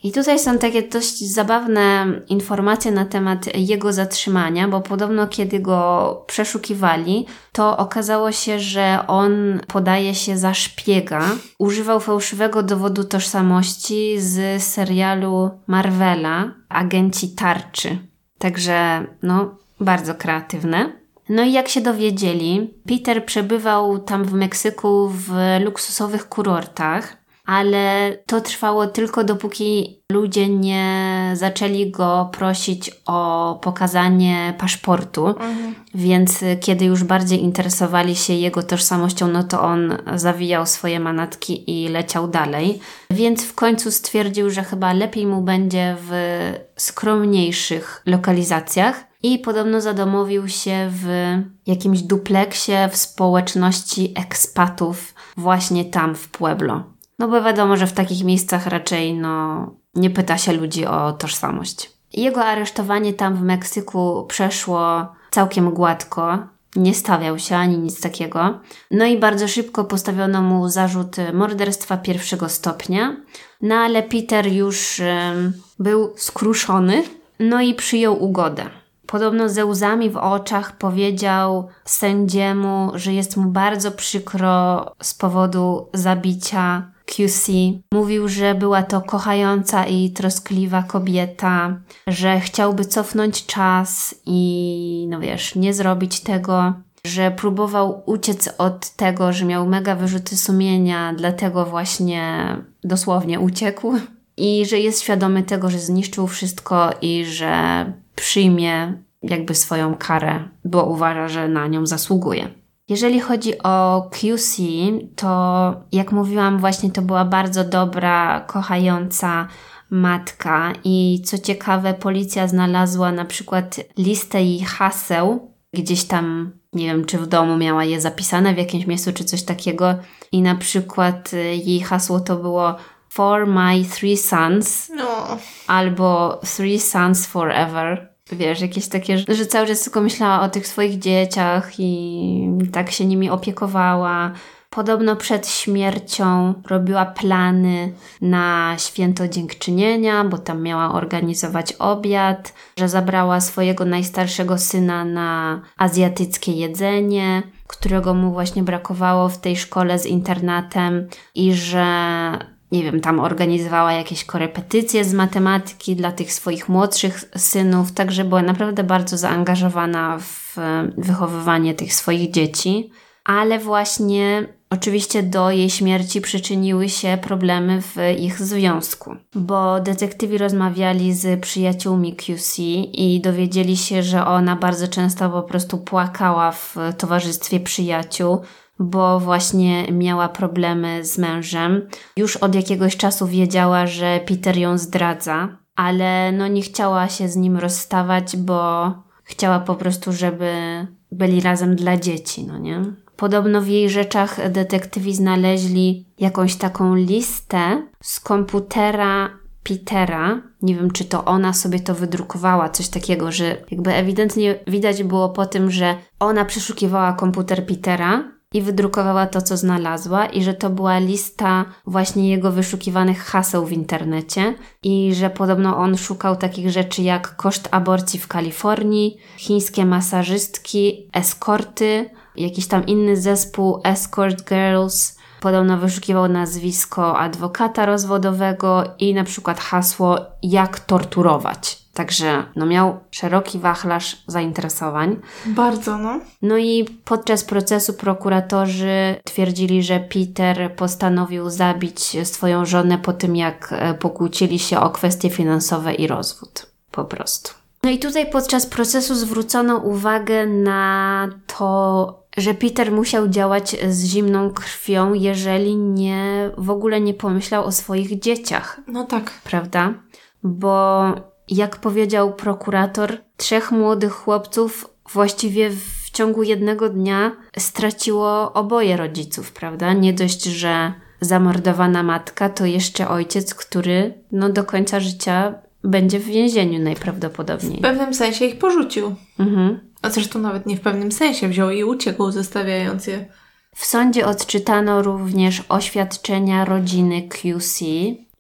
I tutaj są takie dość zabawne informacje na temat jego zatrzymania, bo podobno kiedy go przeszukiwali, to okazało się, że on podaje się za szpiega. Używał fałszywego dowodu tożsamości z serialu Marvela, Agenci Tarczy. Także, no, bardzo kreatywne. No i jak się dowiedzieli, Peter przebywał tam w Meksyku w luksusowych kurortach, ale to trwało tylko dopóki ludzie nie zaczęli go prosić o pokazanie paszportu, mhm. Więc kiedy już bardziej interesowali się jego tożsamością, no to on zawijał swoje manatki i leciał dalej. Więc w końcu stwierdził, że chyba lepiej mu będzie w skromniejszych lokalizacjach i podobno zadomowił się w jakimś dupleksie w społeczności ekspatów właśnie tam w Pueblo. No bo wiadomo, że w takich miejscach raczej no, nie pyta się ludzi o tożsamość. Jego aresztowanie tam w Meksyku przeszło całkiem gładko. Nie stawiał się ani nic takiego. No i bardzo szybko postawiono mu zarzut morderstwa pierwszego stopnia. No ale Peter już um, był skruszony, no i przyjął ugodę. Podobno ze łzami w oczach powiedział sędziemu, że jest mu bardzo przykro z powodu zabicia Q C. Mówił, że była to kochająca i troskliwa kobieta, że chciałby cofnąć czas i no wiesz, nie zrobić tego, że próbował uciec od tego, że miał mega wyrzuty sumienia, dlatego właśnie dosłownie uciekł i że jest świadomy tego, że zniszczył wszystko i że przyjmie jakby swoją karę, bo uważa, że na nią zasługuje. Jeżeli chodzi o Q C, to jak mówiłam właśnie to była bardzo dobra, kochająca matka i co ciekawe policja znalazła na przykład listę jej haseł, gdzieś tam nie wiem czy w domu miała je zapisane w jakimś miejscu czy coś takiego i na przykład jej hasło to było For my three sons no. albo Three sons forever. Wiesz, jakieś takie, że cały czas tylko myślała o tych swoich dzieciach i tak się nimi opiekowała. Podobno przed śmiercią robiła plany na święto dziękczynienia, bo tam miała organizować obiad, że zabrała swojego najstarszego syna na azjatyckie jedzenie, którego mu właśnie brakowało w tej szkole z internatem i że nie wiem, tam organizowała jakieś korepetycje z matematyki dla tych swoich młodszych synów, także była naprawdę bardzo zaangażowana w wychowywanie tych swoich dzieci, ale właśnie oczywiście do jej śmierci przyczyniły się problemy w ich związku, bo detektywi rozmawiali z przyjaciółmi Q C i dowiedzieli się, że ona bardzo często po prostu płakała w towarzystwie przyjaciół, bo właśnie miała problemy z mężem. Już od jakiegoś czasu wiedziała, że Peter ją zdradza, ale no nie chciała się z nim rozstawać, bo chciała po prostu, żeby byli razem dla dzieci, no nie? Podobno w jej rzeczach detektywi znaleźli jakąś taką listę z komputera Petera. Nie wiem, czy to ona sobie to wydrukowała, coś takiego, że jakby ewidentnie widać było po tym, że ona przeszukiwała komputer Petera i wydrukowała to, co znalazła i że to była lista właśnie jego wyszukiwanych haseł w internecie i że podobno on szukał takich rzeczy jak koszt aborcji w Kalifornii, chińskie masażystki, eskorty, jakiś tam inny zespół Escort Girls. Podobno wyszukiwał nazwisko adwokata rozwodowego i na przykład hasło jak torturować. Także no miał szeroki wachlarz zainteresowań. Bardzo, no. No i podczas procesu prokuratorzy twierdzili, że Peter postanowił zabić swoją żonę po tym, jak pokłócili się o kwestie finansowe i rozwód. Po prostu. No i tutaj podczas procesu zwrócono uwagę na to, że Peter musiał działać z zimną krwią, jeżeli nie w ogóle nie pomyślał o swoich dzieciach. No tak. Prawda? Bo jak powiedział prokurator, trzech młodych chłopców właściwie w ciągu jednego dnia straciło oboje rodziców, prawda? Nie dość, że zamordowana matka, to jeszcze ojciec, który no do końca życia będzie w więzieniu najprawdopodobniej. W pewnym sensie ich porzucił. Mhm. A zresztą nawet nie w pewnym sensie, wziął i uciekł, zostawiając je. W sądzie odczytano również oświadczenia rodziny Q C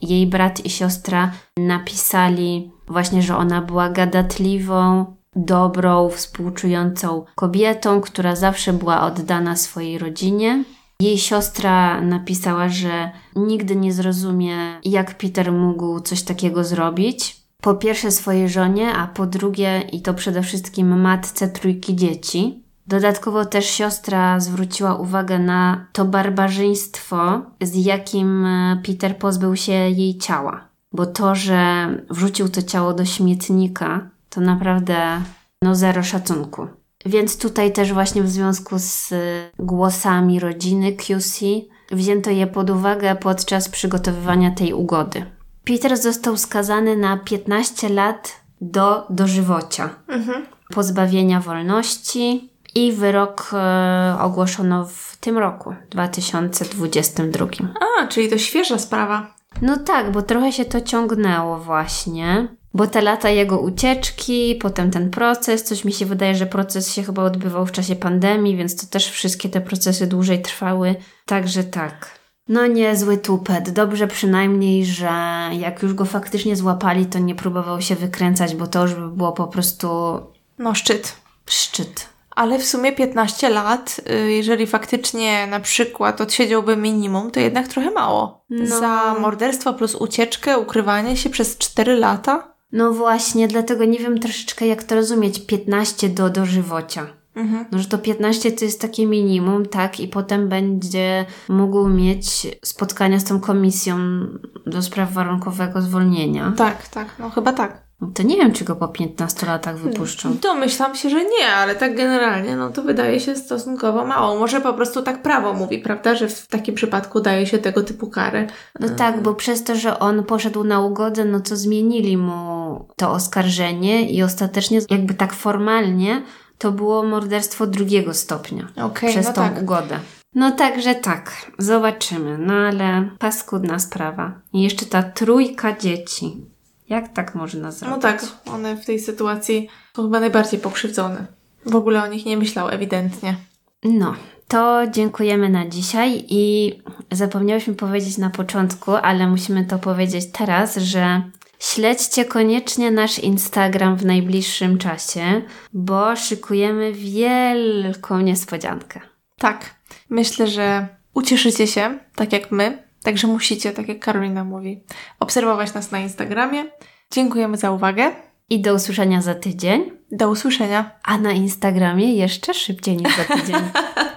jej brat i siostra napisali właśnie, że ona była gadatliwą, dobrą, współczującą kobietą, która zawsze była oddana swojej rodzinie. Jej siostra napisała, że nigdy nie zrozumie, jak Peter mógł coś takiego zrobić. Po pierwsze swojej żonie, a po drugie i to przede wszystkim matce trójki dzieci. Dodatkowo też siostra zwróciła uwagę na to barbarzyństwo, z jakim Peter pozbył się jej ciała. Bo to, że wrzucił to ciało do śmietnika, to naprawdę no zero szacunku. Więc tutaj też właśnie w związku z głosami rodziny Q C wzięto je pod uwagę podczas przygotowywania tej ugody. Peter został skazany na piętnaście lat do dożywocia, mhm. pozbawienia wolności i wyrok e, ogłoszono w tym roku, dwa tysiące dwudziestym drugim. A, czyli to świeża sprawa. No tak, bo trochę się to ciągnęło właśnie. Bo te lata jego ucieczki, potem ten proces, coś mi się wydaje, że proces się chyba odbywał w czasie pandemii, więc to też wszystkie te procesy dłużej trwały. Także tak. No niezły tupet. Dobrze przynajmniej, że jak już go faktycznie złapali, to nie próbował się wykręcać, bo to już by było po prostu... No szczyt. Szczyt. Ale w sumie piętnaście lat, jeżeli faktycznie na przykład odsiedziałby minimum, to jednak trochę mało. No. Za morderstwo plus ucieczkę, ukrywanie się przez cztery lata? No właśnie, dlatego nie wiem troszeczkę jak to rozumieć, piętnaście do dożywocia. Mhm. No, że to piętnaście to jest takie minimum, tak? I potem będzie mógł mieć spotkania z tą komisją do spraw warunkowego zwolnienia. Tak, tak, no chyba tak. No to nie wiem, czy go po piętnastu latach wypuszczą. Domyślam się, że nie, ale tak generalnie, no to wydaje się stosunkowo mało. Może po prostu tak prawo mówi, prawda, że w takim przypadku daje się tego typu karę. No hmm. tak, bo przez to, że on poszedł na ugodę, no to zmienili mu to oskarżenie i ostatecznie jakby tak formalnie to było morderstwo drugiego stopnia. Okay, przez no tą tak. ugodę. No także tak, zobaczymy. No ale paskudna sprawa. I jeszcze ta trójka dzieci. Jak tak można zrobić? No tak, one w tej sytuacji są chyba najbardziej pokrzywdzone. W ogóle o nich nie myślał ewidentnie. No, to dziękujemy na dzisiaj i zapomniałyśmy powiedzieć na początku, ale musimy to powiedzieć teraz, że śledźcie koniecznie nasz Instagram w najbliższym czasie, bo szykujemy wielką niespodziankę. Tak, myślę, że ucieszycie się, tak jak my. Także musicie, tak jak Karolina mówi, obserwować nas na Instagramie. Dziękujemy za uwagę. I do usłyszenia za tydzień. Do usłyszenia. A na Instagramie jeszcze szybciej niż za tydzień.